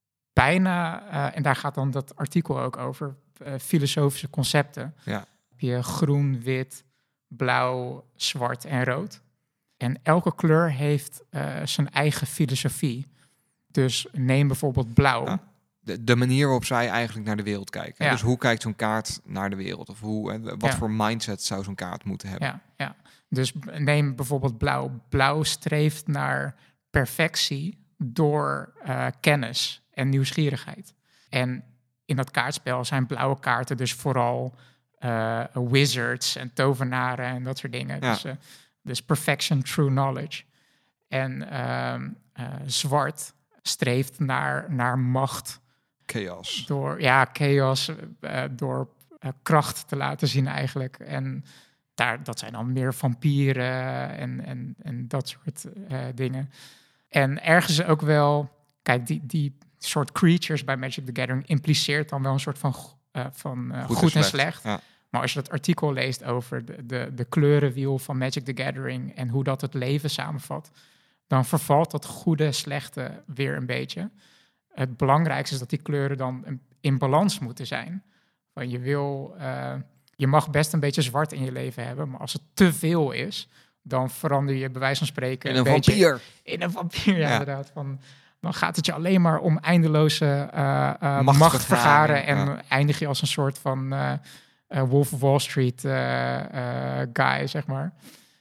bijna, uh, en daar gaat dan dat artikel ook over, uh, filosofische concepten. Ja. Heb je groen, wit, blauw, zwart en rood. En elke kleur heeft uh, zijn eigen filosofie. Dus neem bijvoorbeeld blauw. Ja. De, de manier waarop zij eigenlijk naar de wereld kijken. Ja. Dus hoe kijkt zo'n kaart naar de wereld? Of hoe, en wat Ja. voor mindset zou zo'n kaart moeten hebben? Ja, ja. Dus neem bijvoorbeeld blauw. Blauw streeft naar perfectie door uh, kennis en nieuwsgierigheid. En in dat kaartspel zijn blauwe kaarten dus vooral uh, wizards en tovenaren en dat soort dingen. Ja. Dus, uh, dus perfection through knowledge. En uh, uh, zwart streeft naar, naar macht. Chaos. Door, ja, chaos, uh, door uh, kracht te laten zien eigenlijk. En daar, dat zijn dan meer vampieren en, en, en dat soort uh, dingen. En ergens ook wel, kijk, die, die soort creatures bij Magic the Gathering impliceert dan wel een soort van, uh, van uh, goed, goed en slecht. slecht. Ja. Maar als je dat artikel leest over de, de, de kleurenwiel van Magic the Gathering en hoe dat het leven samenvat, dan vervalt dat goede, slechte weer een beetje. Het belangrijkste is dat die kleuren dan in balans moeten zijn. Van je wil, uh, je mag best een beetje zwart in je leven hebben, maar als het te veel is, dan verander je bij wijze van spreken in een, een vampier. Beetje, in een vampier, ja, ja. inderdaad. Van, dan gaat het je alleen maar om eindeloze uh, uh, macht, macht vergaren en ja. eindig je als een soort van uh, uh, Wolf of Wall Street uh, uh, guy, zeg maar.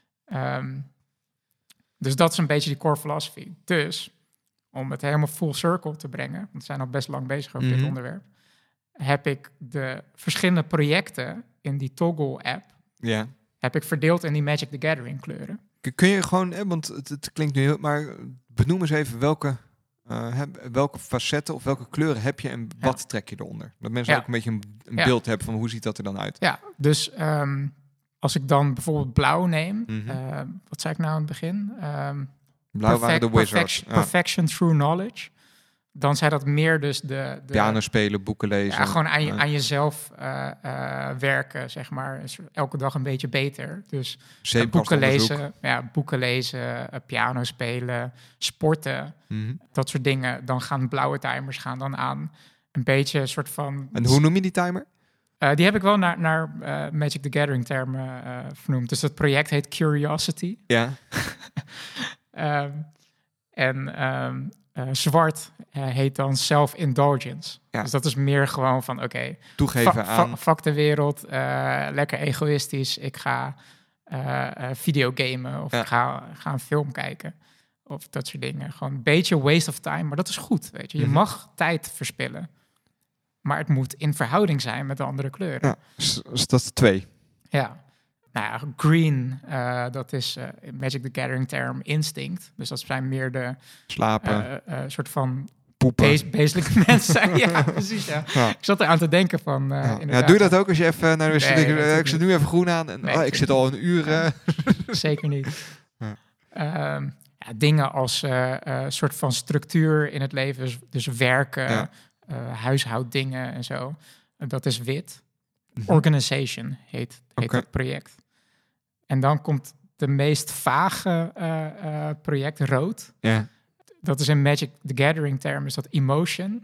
Um, dus dat is een beetje die core philosophy. Dus om het helemaal full circle te brengen, want we zijn al best lang bezig over mm-hmm. dit onderwerp, heb ik de verschillende projecten in die Toggle-app ja. heb ik verdeeld in die Magic the Gathering kleuren. Kun je gewoon, want het, het klinkt nu heel, maar benoem eens even welke, uh, heb, welke facetten of welke kleuren heb je en wat ja. trek je eronder? Dat mensen ja. ook een beetje een, een ja. beeld hebben van hoe ziet dat er dan uit. Ja, dus um, als ik dan bijvoorbeeld blauw neem, mm-hmm. uh, wat zei ik nou aan het begin? Um, Blauw perfect, waren de wizards. Perfection, ja. perfection through knowledge. Dan zijn dat meer dus de... de piano spelen, boeken lezen. Ja, gewoon aan, je, ja. aan jezelf uh, uh, werken, zeg maar. Dus elke dag een beetje beter. Dus uh, boeken lezen, ja, boeken lezen, uh, piano spelen, sporten, mm-hmm. dat soort dingen. Dan gaan blauwe timers gaan dan aan. Een beetje een soort van... En hoe noem je die timer? Uh, die heb ik wel naar, naar uh, Magic the Gathering termen uh, vernoemd. Dus dat project heet Curiosity. Ja. um, en um, uh, zwart uh, heet dan Self-Indulgence. Ja. Dus dat is meer gewoon van, oké... Okay, toegeven fa- aan... Fa- fuck de wereld, uh, lekker egoïstisch. Ik ga uh, uh, videogamen of ja. ik ga, ga een film kijken. Of dat soort dingen. Gewoon een beetje waste of time, maar dat is goed, weet je. Je mm-hmm. mag tijd verspillen. Maar het moet in verhouding zijn met de andere kleuren. Ja, dus dat is twee. Ja. Nou ja, green, uh, dat is uh, in Magic the Gathering term instinct. Dus dat zijn meer de... Slapen. Uh, uh, soort van... Poepen. Bas- basically mensen. Ja, precies. Ja. Ja. Ik zat eraan te denken van... Uh, ja. ja, doe je dat ook als je even naar de wc... Nee, uh, ik zet nu even groen aan en nee, oh, ik zit al een uur... Uh... zeker niet. Ja. Um, ja, dingen als uh, uh, soort van structuur in het leven, dus, dus werken, Ja. uh, huishouddingen en zo. Uh, dat is wit. Mhm. Organization heet, heet Oké. dat project. En dan komt de meest vage uh, uh, project rood. Ja. Dat is in Magic the Gathering term, is dat emotion.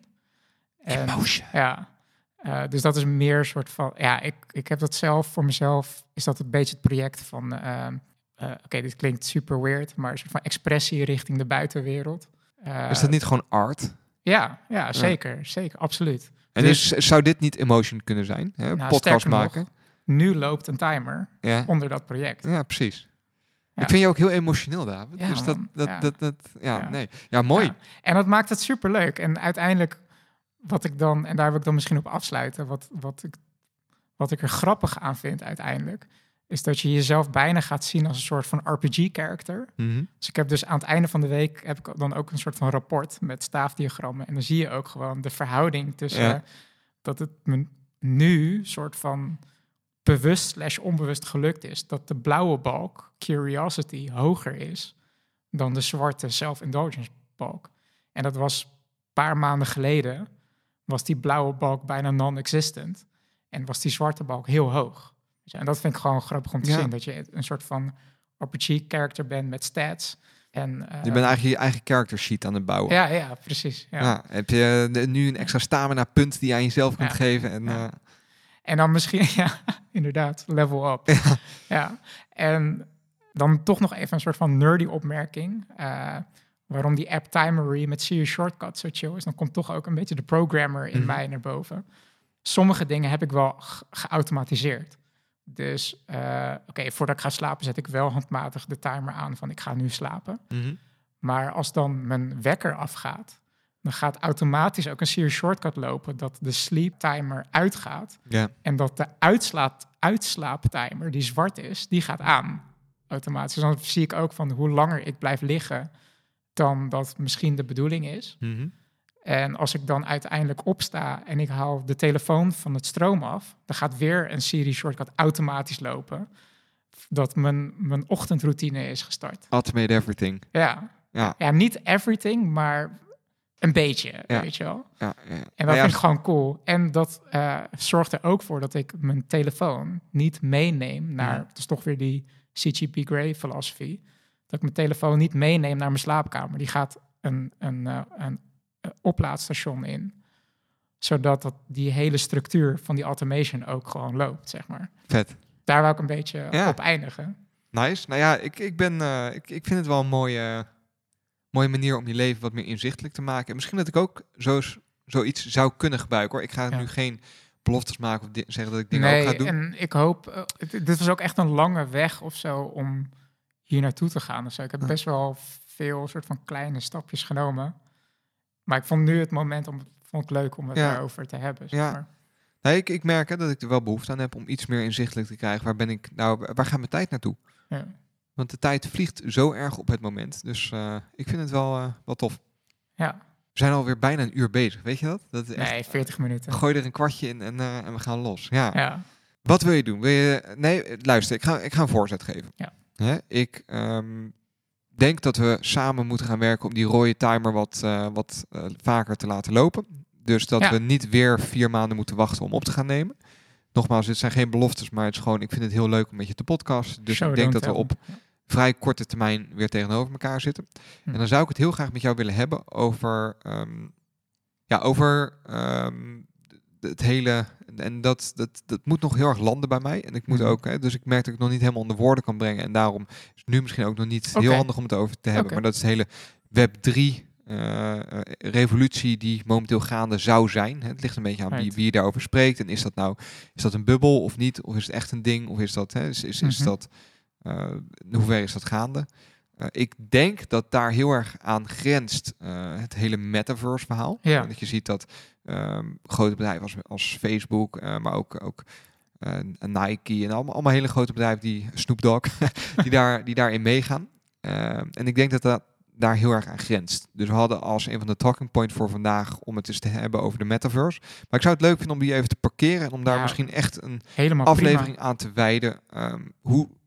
En, Emotion. Ja. Uh, dus dat is meer een soort van... Ja, ik, ik heb dat zelf voor mezelf... Is dat een beetje het project van... Uh, uh, Oké, okay, dit klinkt super weird, maar een soort van expressie richting de buitenwereld. Uh, Is dat niet gewoon art? Ja, ja zeker. Ja. Zeker, absoluut. En dus, dus zou dit niet emotion kunnen zijn? Hè? Nou, Podcast maken? Nog, nu loopt een timer ja. onder dat project. Ja, precies. Ja. Ik vind je ook heel emotioneel, David. Ja, dus dat, dat, ja. dat, dat, ja, Ja. nee. Ja, mooi. Ja. En dat maakt het superleuk. En uiteindelijk, wat ik dan, en daar wil ik dan misschien op afsluiten, wat, wat, ik, wat ik er grappig aan vind uiteindelijk, is dat je jezelf bijna gaat zien als een soort van R P G-character. Mm-hmm. Dus ik heb dus aan het einde van de week heb ik dan ook een soort van rapport met staafdiagrammen. En dan zie je ook gewoon de verhouding tussen Ja. dat het me nu soort van bewust slash onbewust gelukt is dat de blauwe balk, curiosity, hoger is dan de zwarte self-indulgence balk. En dat was een paar maanden geleden, was die blauwe balk bijna non-existent. En was die zwarte balk heel hoog. En dat vind ik gewoon grappig om te Ja. zien. Dat je een soort van R P G-character bent met stats. En, uh, Je bent eigenlijk je eigen character sheet aan het bouwen. Ja, ja, precies. Ja. Ja, heb je de- nu een extra stamina punt die je aan jezelf kunt Ja. geven. En, Ja. uh, En dan misschien, ja, inderdaad, level up. Ja. Ja. En dan toch nog even een soort van nerdy opmerking. Uh, waarom die app Timery met Siri Shortcut zo chill is. Dan komt toch ook een beetje de programmer in Mhm. mij naar boven. Sommige dingen heb ik wel ge- geautomatiseerd. Dus, uh, oké, okay, voordat ik ga slapen zet ik wel handmatig de timer aan van ik ga nu slapen. mm-hmm. Maar als dan mijn wekker afgaat, dan gaat automatisch ook een Siri Shortcut lopen dat de sleep timer uitgaat. Ja. En dat de uitslaap, uitslaaptimer, die zwart is, die gaat aan automatisch. Dus dan zie ik ook van hoe langer ik blijf liggen dan dat misschien de bedoeling is. Mm-hmm. En als ik dan uiteindelijk opsta en ik haal de telefoon van het stroom af, dan gaat weer een Siri Shortcut automatisch lopen dat mijn, mijn ochtendroutine is gestart. Automate everything. Ja. Ja. Ja, niet everything, maar een beetje, Ja. weet je wel. Ja, ja. En Maar dat ja, vind ik gewoon cool. En dat uh, zorgt er ook voor dat ik mijn telefoon niet meeneem naar... Mhm. Het is toch weer die C G P Grey-filosofie. Dat ik mijn telefoon niet meeneem naar mijn slaapkamer. Die gaat een, een, uh, een, een oplaadstation in. Zodat dat die hele structuur van die automation ook gewoon loopt, zeg maar. vet. Daar wou ik een beetje Ja. op eindigen. Nice. Nou ja, ik, ik, ben, uh, ik, ik vind het wel een mooie, mooie manier om je leven wat meer inzichtelijk te maken. En misschien dat ik ook zo, zoiets zou kunnen gebruiken, hoor. Ik ga Ja. nu geen beloftes maken of di- zeggen dat ik dingen Nee, ook ga doen. en ik hoop... Uh, dit dit was ook echt een lange weg of zo om hier naartoe te gaan. Dus ik heb Ja. best wel veel soort van kleine stapjes genomen. Maar ik vond nu het moment om... vond het leuk om het Ja. daarover te hebben. Zeg Ja. maar. Nee, ik, ik merk hè, dat ik er wel behoefte aan heb om iets meer inzichtelijk te krijgen. Waar ben ik nou, waar gaat mijn tijd naartoe? Ja. Want de tijd vliegt zo erg op het moment. Dus uh, ik vind het wel, uh, wel tof. Ja. We zijn alweer bijna een uur bezig, weet je dat? dat is echt, Nee, veertig minuten. Gooi er een kwartje in en, uh, en we gaan los. Ja. Ja. Wat wil je doen? Wil je, nee, luister, ik ga, ik ga een voorzet geven. Ja. Hè? Ik um, denk dat we samen moeten gaan werken om die rode timer wat, uh, wat uh, vaker te laten lopen. Dus dat Ja. we niet weer vier maanden moeten wachten om op te gaan nemen. Nogmaals, dit zijn geen beloftes, maar het is gewoon, ik vind het heel leuk om met je te podcasten. Dus Show ik denk don't dat we tell. op vrij korte termijn weer tegenover elkaar zitten. Hm. En dan zou ik het heel graag met jou willen hebben over, um, ja, over um, het hele... En dat, dat, dat moet nog heel erg landen bij mij. En ik moet Mhm. ook, hè, dus ik merk dat ik nog niet helemaal onder woorden kan brengen. En daarom is het nu misschien ook nog niet Oké. heel handig om het over te hebben. Oké. Maar dat is de hele web drie uh, uh, revolutie die momenteel gaande zou zijn. Het ligt een beetje aan wie, Right. wie je daarover spreekt. En is dat nou, is dat een bubbel of niet? Of is het echt een ding? Of is dat, hè, is, is, is Mhm. dat, uh, in hoeverre is dat gaande? Uh, ik denk dat daar heel erg aan grenst uh, het hele metaverse verhaal. Ja. Dat je ziet dat um, grote bedrijven als, als Facebook, uh, maar ook, ook uh, Nike en allemaal, allemaal hele grote bedrijven, die Snoop Dogg, die, daar, die daarin meegaan. Uh, en ik denk dat dat daar heel erg aan grenst. Dus we hadden als een van de talking points voor vandaag om het eens te hebben over de metaverse. Maar ik zou het leuk vinden om die even te parkeren en om daar Ja. misschien echt een Helemaal aflevering prima. aan te wijden. Um, hoe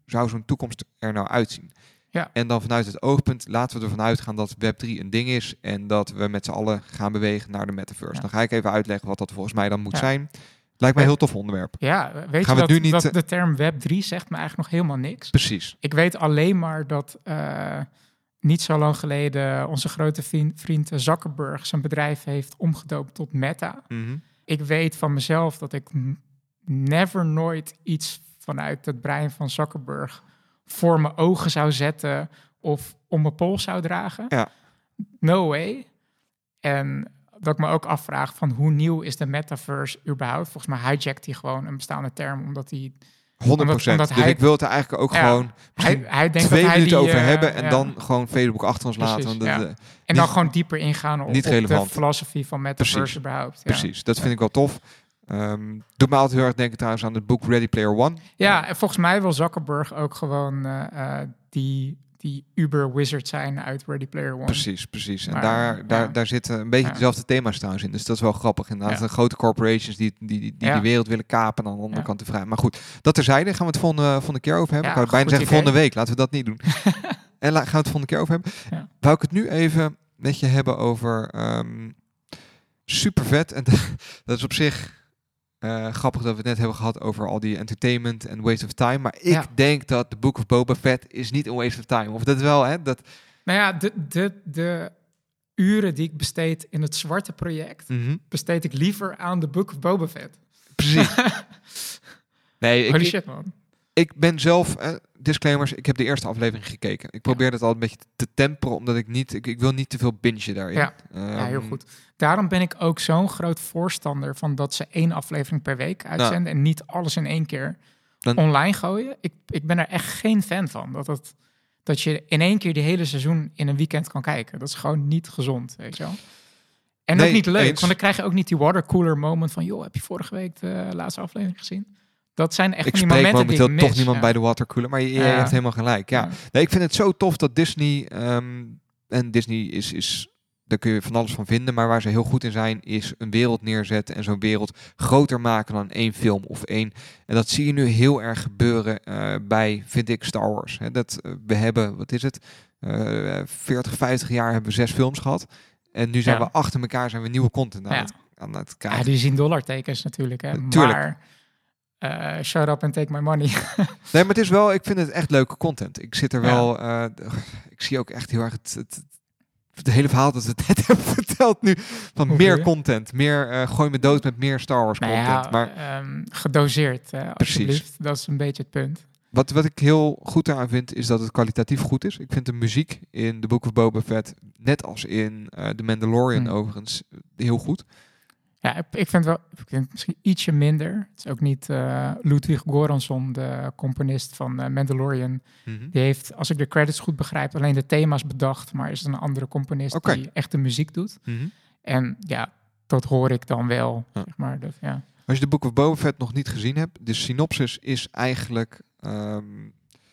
zou zo'n toekomst er nou uitzien? Ja. En dan vanuit het oogpunt laten we ervan uitgaan dat web drie een ding is en dat we met z'n allen gaan bewegen naar de metaverse. Ja. Dan ga ik even uitleggen wat dat volgens mij dan moet Ja. zijn. Lijkt mij een heel tof onderwerp. Ja, weet Gaan je we dat, het nu niet, dat de term web drie zegt me eigenlijk nog helemaal niks. Precies. Ik weet alleen maar dat uh, niet zo lang geleden onze grote vriend, vriend Zuckerberg zijn bedrijf heeft omgedoopt tot Meta. Mm-hmm. Ik weet van mezelf dat ik n- never nooit iets vanuit het brein van Zuckerberg voor mijn ogen zou zetten of om mijn pols zou dragen. Ja. No way. En dat ik me ook afvraag van hoe nieuw is de metaverse überhaupt? Volgens mij hijjackt hij gewoon een bestaande term, omdat hij... honderd procent. Omdat, omdat dus hij, ik wil het er eigenlijk ook ja, gewoon hij, hij denkt twee dat hij minuten die, over uh, hebben en ja. dan gewoon Facebook achter ons Precies, laten. Want ja. de, de, en niet, dan gewoon dieper ingaan op, niet op relevant. de filosofie van metaverse Precies. überhaupt. Ja. Precies, dat vind ik wel tof. Um, doet me altijd heel erg denken trouwens aan het boek Ready Player One. Ja, en volgens mij wil Zuckerberg ook gewoon uh, uh, die, die Uber-wizard zijn uit Ready Player One. Precies, precies. En Maar, daar, ja. daar, daar zitten een beetje Ja. dezelfde thema's trouwens in. Dus dat is wel grappig. Inderdaad, Ja. de grote corporations die die, die, die, Ja. die wereld willen kapen en aan de andere Ja. kant te vrij. Maar goed, dat terzijde gaan we het volgende, volgende keer over hebben. Ja, ik wou bijna goed zeggen idee. volgende week. Laten we dat niet doen. En la, gaan we het volgende keer over hebben. Ja. Wou ik het nu even met je hebben over um, super vet. En dat is op zich uh, grappig dat we het net hebben gehad over al die entertainment en waste of time. Maar ik Ja. denk dat The Book of Boba Fett is niet een waste of time. Of dat wel, hè? Dat... Nou ja, de, de, de uren die ik besteed in het zwarte project, Mm-hmm. besteed ik liever aan de Book of Boba Fett. Precies. Nee, ik, Holy ik, shit, man. ik ben zelf, eh, disclaimers, ik heb de eerste aflevering gekeken. Ik probeer het altijd een beetje te temperen, omdat ik niet, ik, ik wil niet te veel bingen daarin. Ja. Um, Ja, heel goed. Daarom ben ik ook zo'n groot voorstander van dat ze één aflevering per week uitzenden en niet alles in één keer Dan- online gooien. Ik, ik ben er echt geen fan van. Dat, het, dat je in één keer die hele seizoen in een weekend kan kijken. Dat is gewoon niet gezond, weet je wel. En Nee, ook niet leuk, eens. want dan krijg je ook niet die watercooler moment van, joh, heb je vorige week de laatste aflevering gezien? Dat zijn echt ik van die spreek momenten die ik momenteel mis. toch niemand ja. bij de watercooler, maar je, je Ja. hebt helemaal gelijk. Ja. Ja. Nee, ik vind het zo tof dat Disney, um, en Disney is, is, daar kun je van alles van vinden, maar waar ze heel goed in zijn, is een wereld neerzetten en zo'n wereld groter maken dan één film of één. En dat zie je nu heel erg gebeuren uh, bij, vind ik, Star Wars. Hè. Dat, uh, we hebben, wat is het, uh, veertig, vijftig jaar hebben we zes films gehad. En nu zijn Ja. we achter elkaar zijn we nieuwe content aan, Ja. het, aan het Ja, krijgen. die zien dollartekens natuurlijk. Hè. Natuurlijk. Maar uh, shut up and take my money. Nee, maar het is wel, ik vind het echt leuke content. Ik zit er Ja. wel, uh, ik zie ook echt heel erg het, het, het hele verhaal dat we het net hebben verteld nu. Van Hoe meer bedoel je? content, meer uh, gooi me dood met meer Star Wars Nou content. ja, maar um, gedoseerd, uh, alsjeblieft. Dat is een beetje het punt. wat, wat ik heel goed aan vind, is dat het kwalitatief goed is. Ik vind de muziek in The Book of Boba Fett, net als in uh, The Mandalorian Hmm. overigens, heel goed. Ja, ik, ik vind wel, ik vind het misschien ietsje minder. Het is ook niet uh, Ludwig Göransson, de componist van uh, Mandalorian. Mm-hmm. Die heeft, als ik de credits goed begrijp, alleen de thema's bedacht. Maar is het een andere componist Oké. die echt de muziek doet. Mm-hmm. En ja, dat hoor ik dan wel. Ja. Zeg maar, dat, ja. Als je de Book of Boba Fett nog niet gezien hebt, de synopsis is eigenlijk... Um,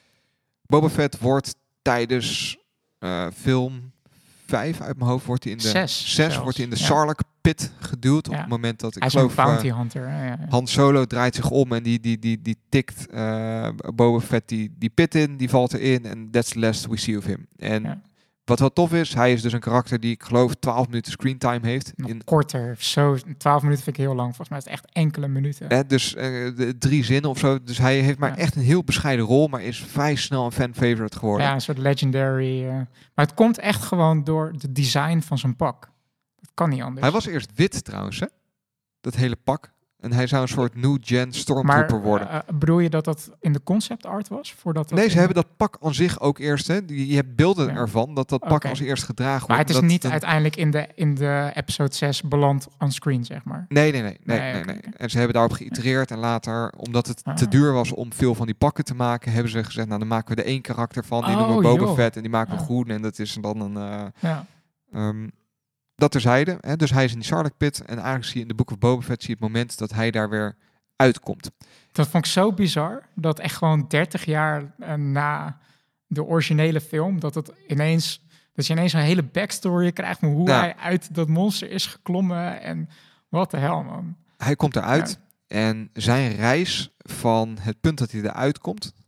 Boba Fett wordt tijdens uh, film vijf uit mijn hoofd, wordt hij in de... Zes zes zelfs, wordt hij in de ja. Sarlacc pit geduwd. Ja. Op het moment dat ik Hij is een geloof... bounty uh, hunter. Hè? Ja, ja. Han Solo draait zich om en die, die, die, die tikt uh, Boba Fett die, die pit in, die valt erin en that's the last we see of him. En Ja. wat wel tof is, hij is dus een karakter die ik geloof twaalf minuten screentime heeft. Nog In, korter. Zo, twaalf minuten vind ik heel lang. Volgens mij is het echt enkele minuten. hè, dus uh, de, drie zinnen of zo. Dus hij heeft maar Ja. echt een heel bescheiden rol, maar is vrij snel een fan-favorite geworden. Ja, een soort legendary. Uh, maar het komt echt gewoon door de design van zijn pak. Dat kan niet anders. Hij was eerst wit trouwens, hè? Dat hele pak. En hij zou een soort new-gen stormtrooper maar, worden. uh, bedoel je dat dat in de concept art was? Voordat dat Nee, ze in- hebben dat pak aan zich ook eerst. Hè? Die- Je hebt beelden Ja. ervan dat dat pak Oké. als eerst gedragen wordt. Maar het is Dat- niet dat- uiteindelijk in de, in de episode zes beland on screen, zeg maar. Nee, nee, nee. nee, Nee, nee, oké, nee. oké. En ze hebben daarop geïtereerd. En later, omdat het Ah. te duur was om veel van die pakken te maken, hebben ze gezegd, nou dan maken we er één karakter van. Die Oh, noemen we Boba joh. Fett en die maken we Ja. groen. En dat is dan een... uh, Ja. um, dat terzijde. Hè? Dus hij is in die Sarlacc pit. En eigenlijk zie je in de Book of Boba Fett zie je het moment dat hij daar weer uitkomt. Dat vond ik zo bizar, dat echt gewoon dertig jaar uh, na de originele film, dat het ineens, dat je ineens een hele backstory krijgt van hoe Ja. hij uit dat monster is geklommen en wat de hel, man. Hij komt eruit. En zijn reis van het punt dat hij eruit komt,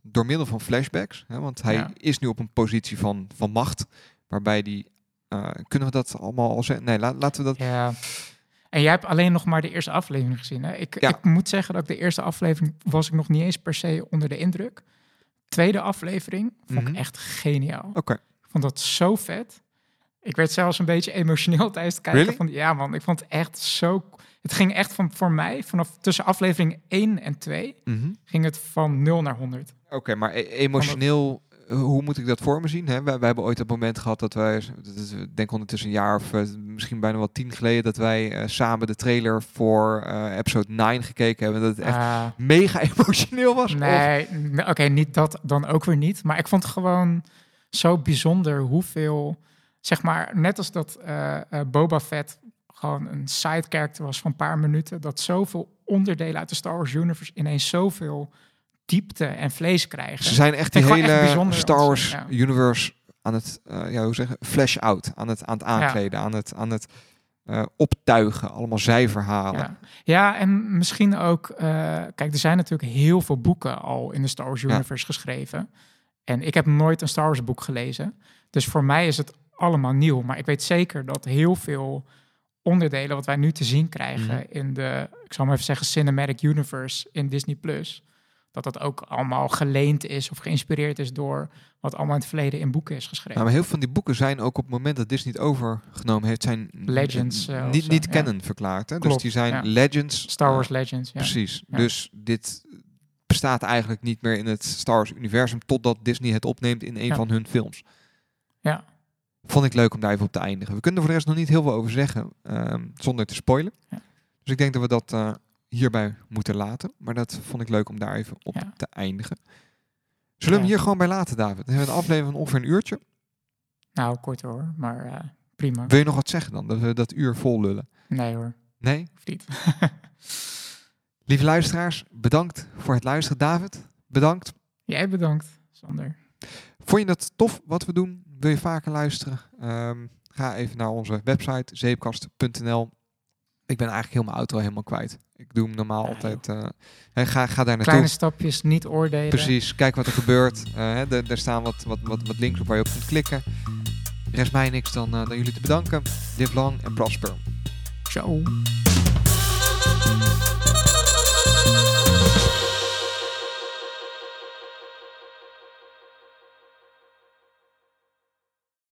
door middel van flashbacks. Hè, want hij Ja. is nu op een positie van, van macht. Waarbij die... Uh, kunnen we dat allemaal al zeggen? Nee, la, laten we dat... Ja. En jij hebt alleen nog maar de eerste aflevering gezien. Hè? Ik, Ja. ik moet zeggen dat ik de eerste aflevering was ik nog niet eens per se onder de indruk. Tweede aflevering vond Mhm. ik echt geniaal. Oké. Okay. Ik vond dat zo vet. Ik werd zelfs een beetje emotioneel tijdens het kijken. Really? Van, ja man, ik vond het echt zo... Het ging echt van, voor mij, vanaf tussen aflevering één en twee... Mm-hmm. ging het van nul naar honderd. Oké, okay, maar e- emotioneel... Hoe moet ik dat voor me zien? Hè? Wij, wij hebben ooit het moment gehad dat wij, dat is, denk ondertussen een jaar of uh, misschien bijna wel tien geleden, dat wij uh, samen de trailer voor uh, episode negen gekeken hebben. Dat het echt uh, mega emotioneel was. Nee, nee oké, okay, niet dat dan ook weer niet. Maar ik vond het gewoon zo bijzonder hoeveel, zeg maar, net als dat uh, uh, Boba Fett gewoon een side character was van een paar minuten, dat zoveel onderdelen uit de Star Wars universe ineens zoveel diepte en vlees krijgen. Ze zijn echt die hele echt Star Wars ja. universe aan het, uh, ja, hoe zeggen, flash out, aan het, aan het aankleden, ja. aan het, aan het uh, optuigen, allemaal zijverhalen. Ja. ja, en misschien ook, uh, kijk, er zijn natuurlijk heel veel boeken al in de Star Wars universe ja. geschreven. En ik heb nooit een Star Wars boek gelezen. Dus voor mij is het allemaal nieuw. Maar ik weet zeker dat heel veel onderdelen wat wij nu te zien krijgen mm. in de, ik zal maar even zeggen, Cinematic Universe in Disney Plus, dat dat ook allemaal geleend is of geïnspireerd is door wat allemaal in het verleden in boeken is geschreven. Nou, maar heel veel van die boeken zijn ook op het moment dat Disney het overgenomen heeft, zijn Legends, uh, niet, zo, niet ja. canon verklaard. Hè? Klopt, dus die zijn ja. Legends. Star Wars uh, Legends, ja. Precies. Ja. Dus dit bestaat eigenlijk niet meer in het Star Wars universum totdat Disney het opneemt in een ja. van hun films. Ja. Vond ik leuk om daar even op te eindigen. We kunnen er voor de rest nog niet heel veel over zeggen, um, zonder te spoilen. Ja. Dus ik denk dat we dat uh, hierbij moeten laten. Maar dat vond ik leuk om daar even op ja. te eindigen. Zullen we hem hier gewoon bij laten, David? Dan hebben we een aflevering van ongeveer een uurtje. Nou, kort hoor, maar uh, prima. Wil je nog wat zeggen dan, dat we dat uur vol lullen? Nee hoor. Nee? Of niet. Lieve luisteraars, bedankt voor het luisteren. David, bedankt. Jij bedankt, Sander. Vond je dat tof wat we doen? Wil je vaker luisteren? Um, ga even naar onze website, zeepkast punt n l. Ik ben eigenlijk heel mijn outro helemaal kwijt. Ik doe hem normaal ja, altijd. Uh, he, ga, ga daar naartoe. Kleine stapjes, niet oordelen. Precies, kijk wat er gebeurt. Uh, he, er staan wat, wat, wat, wat links op waar je op kunt klikken. Rest mij niks dan, uh, dan jullie te bedanken. Live long en prosper. Ciao.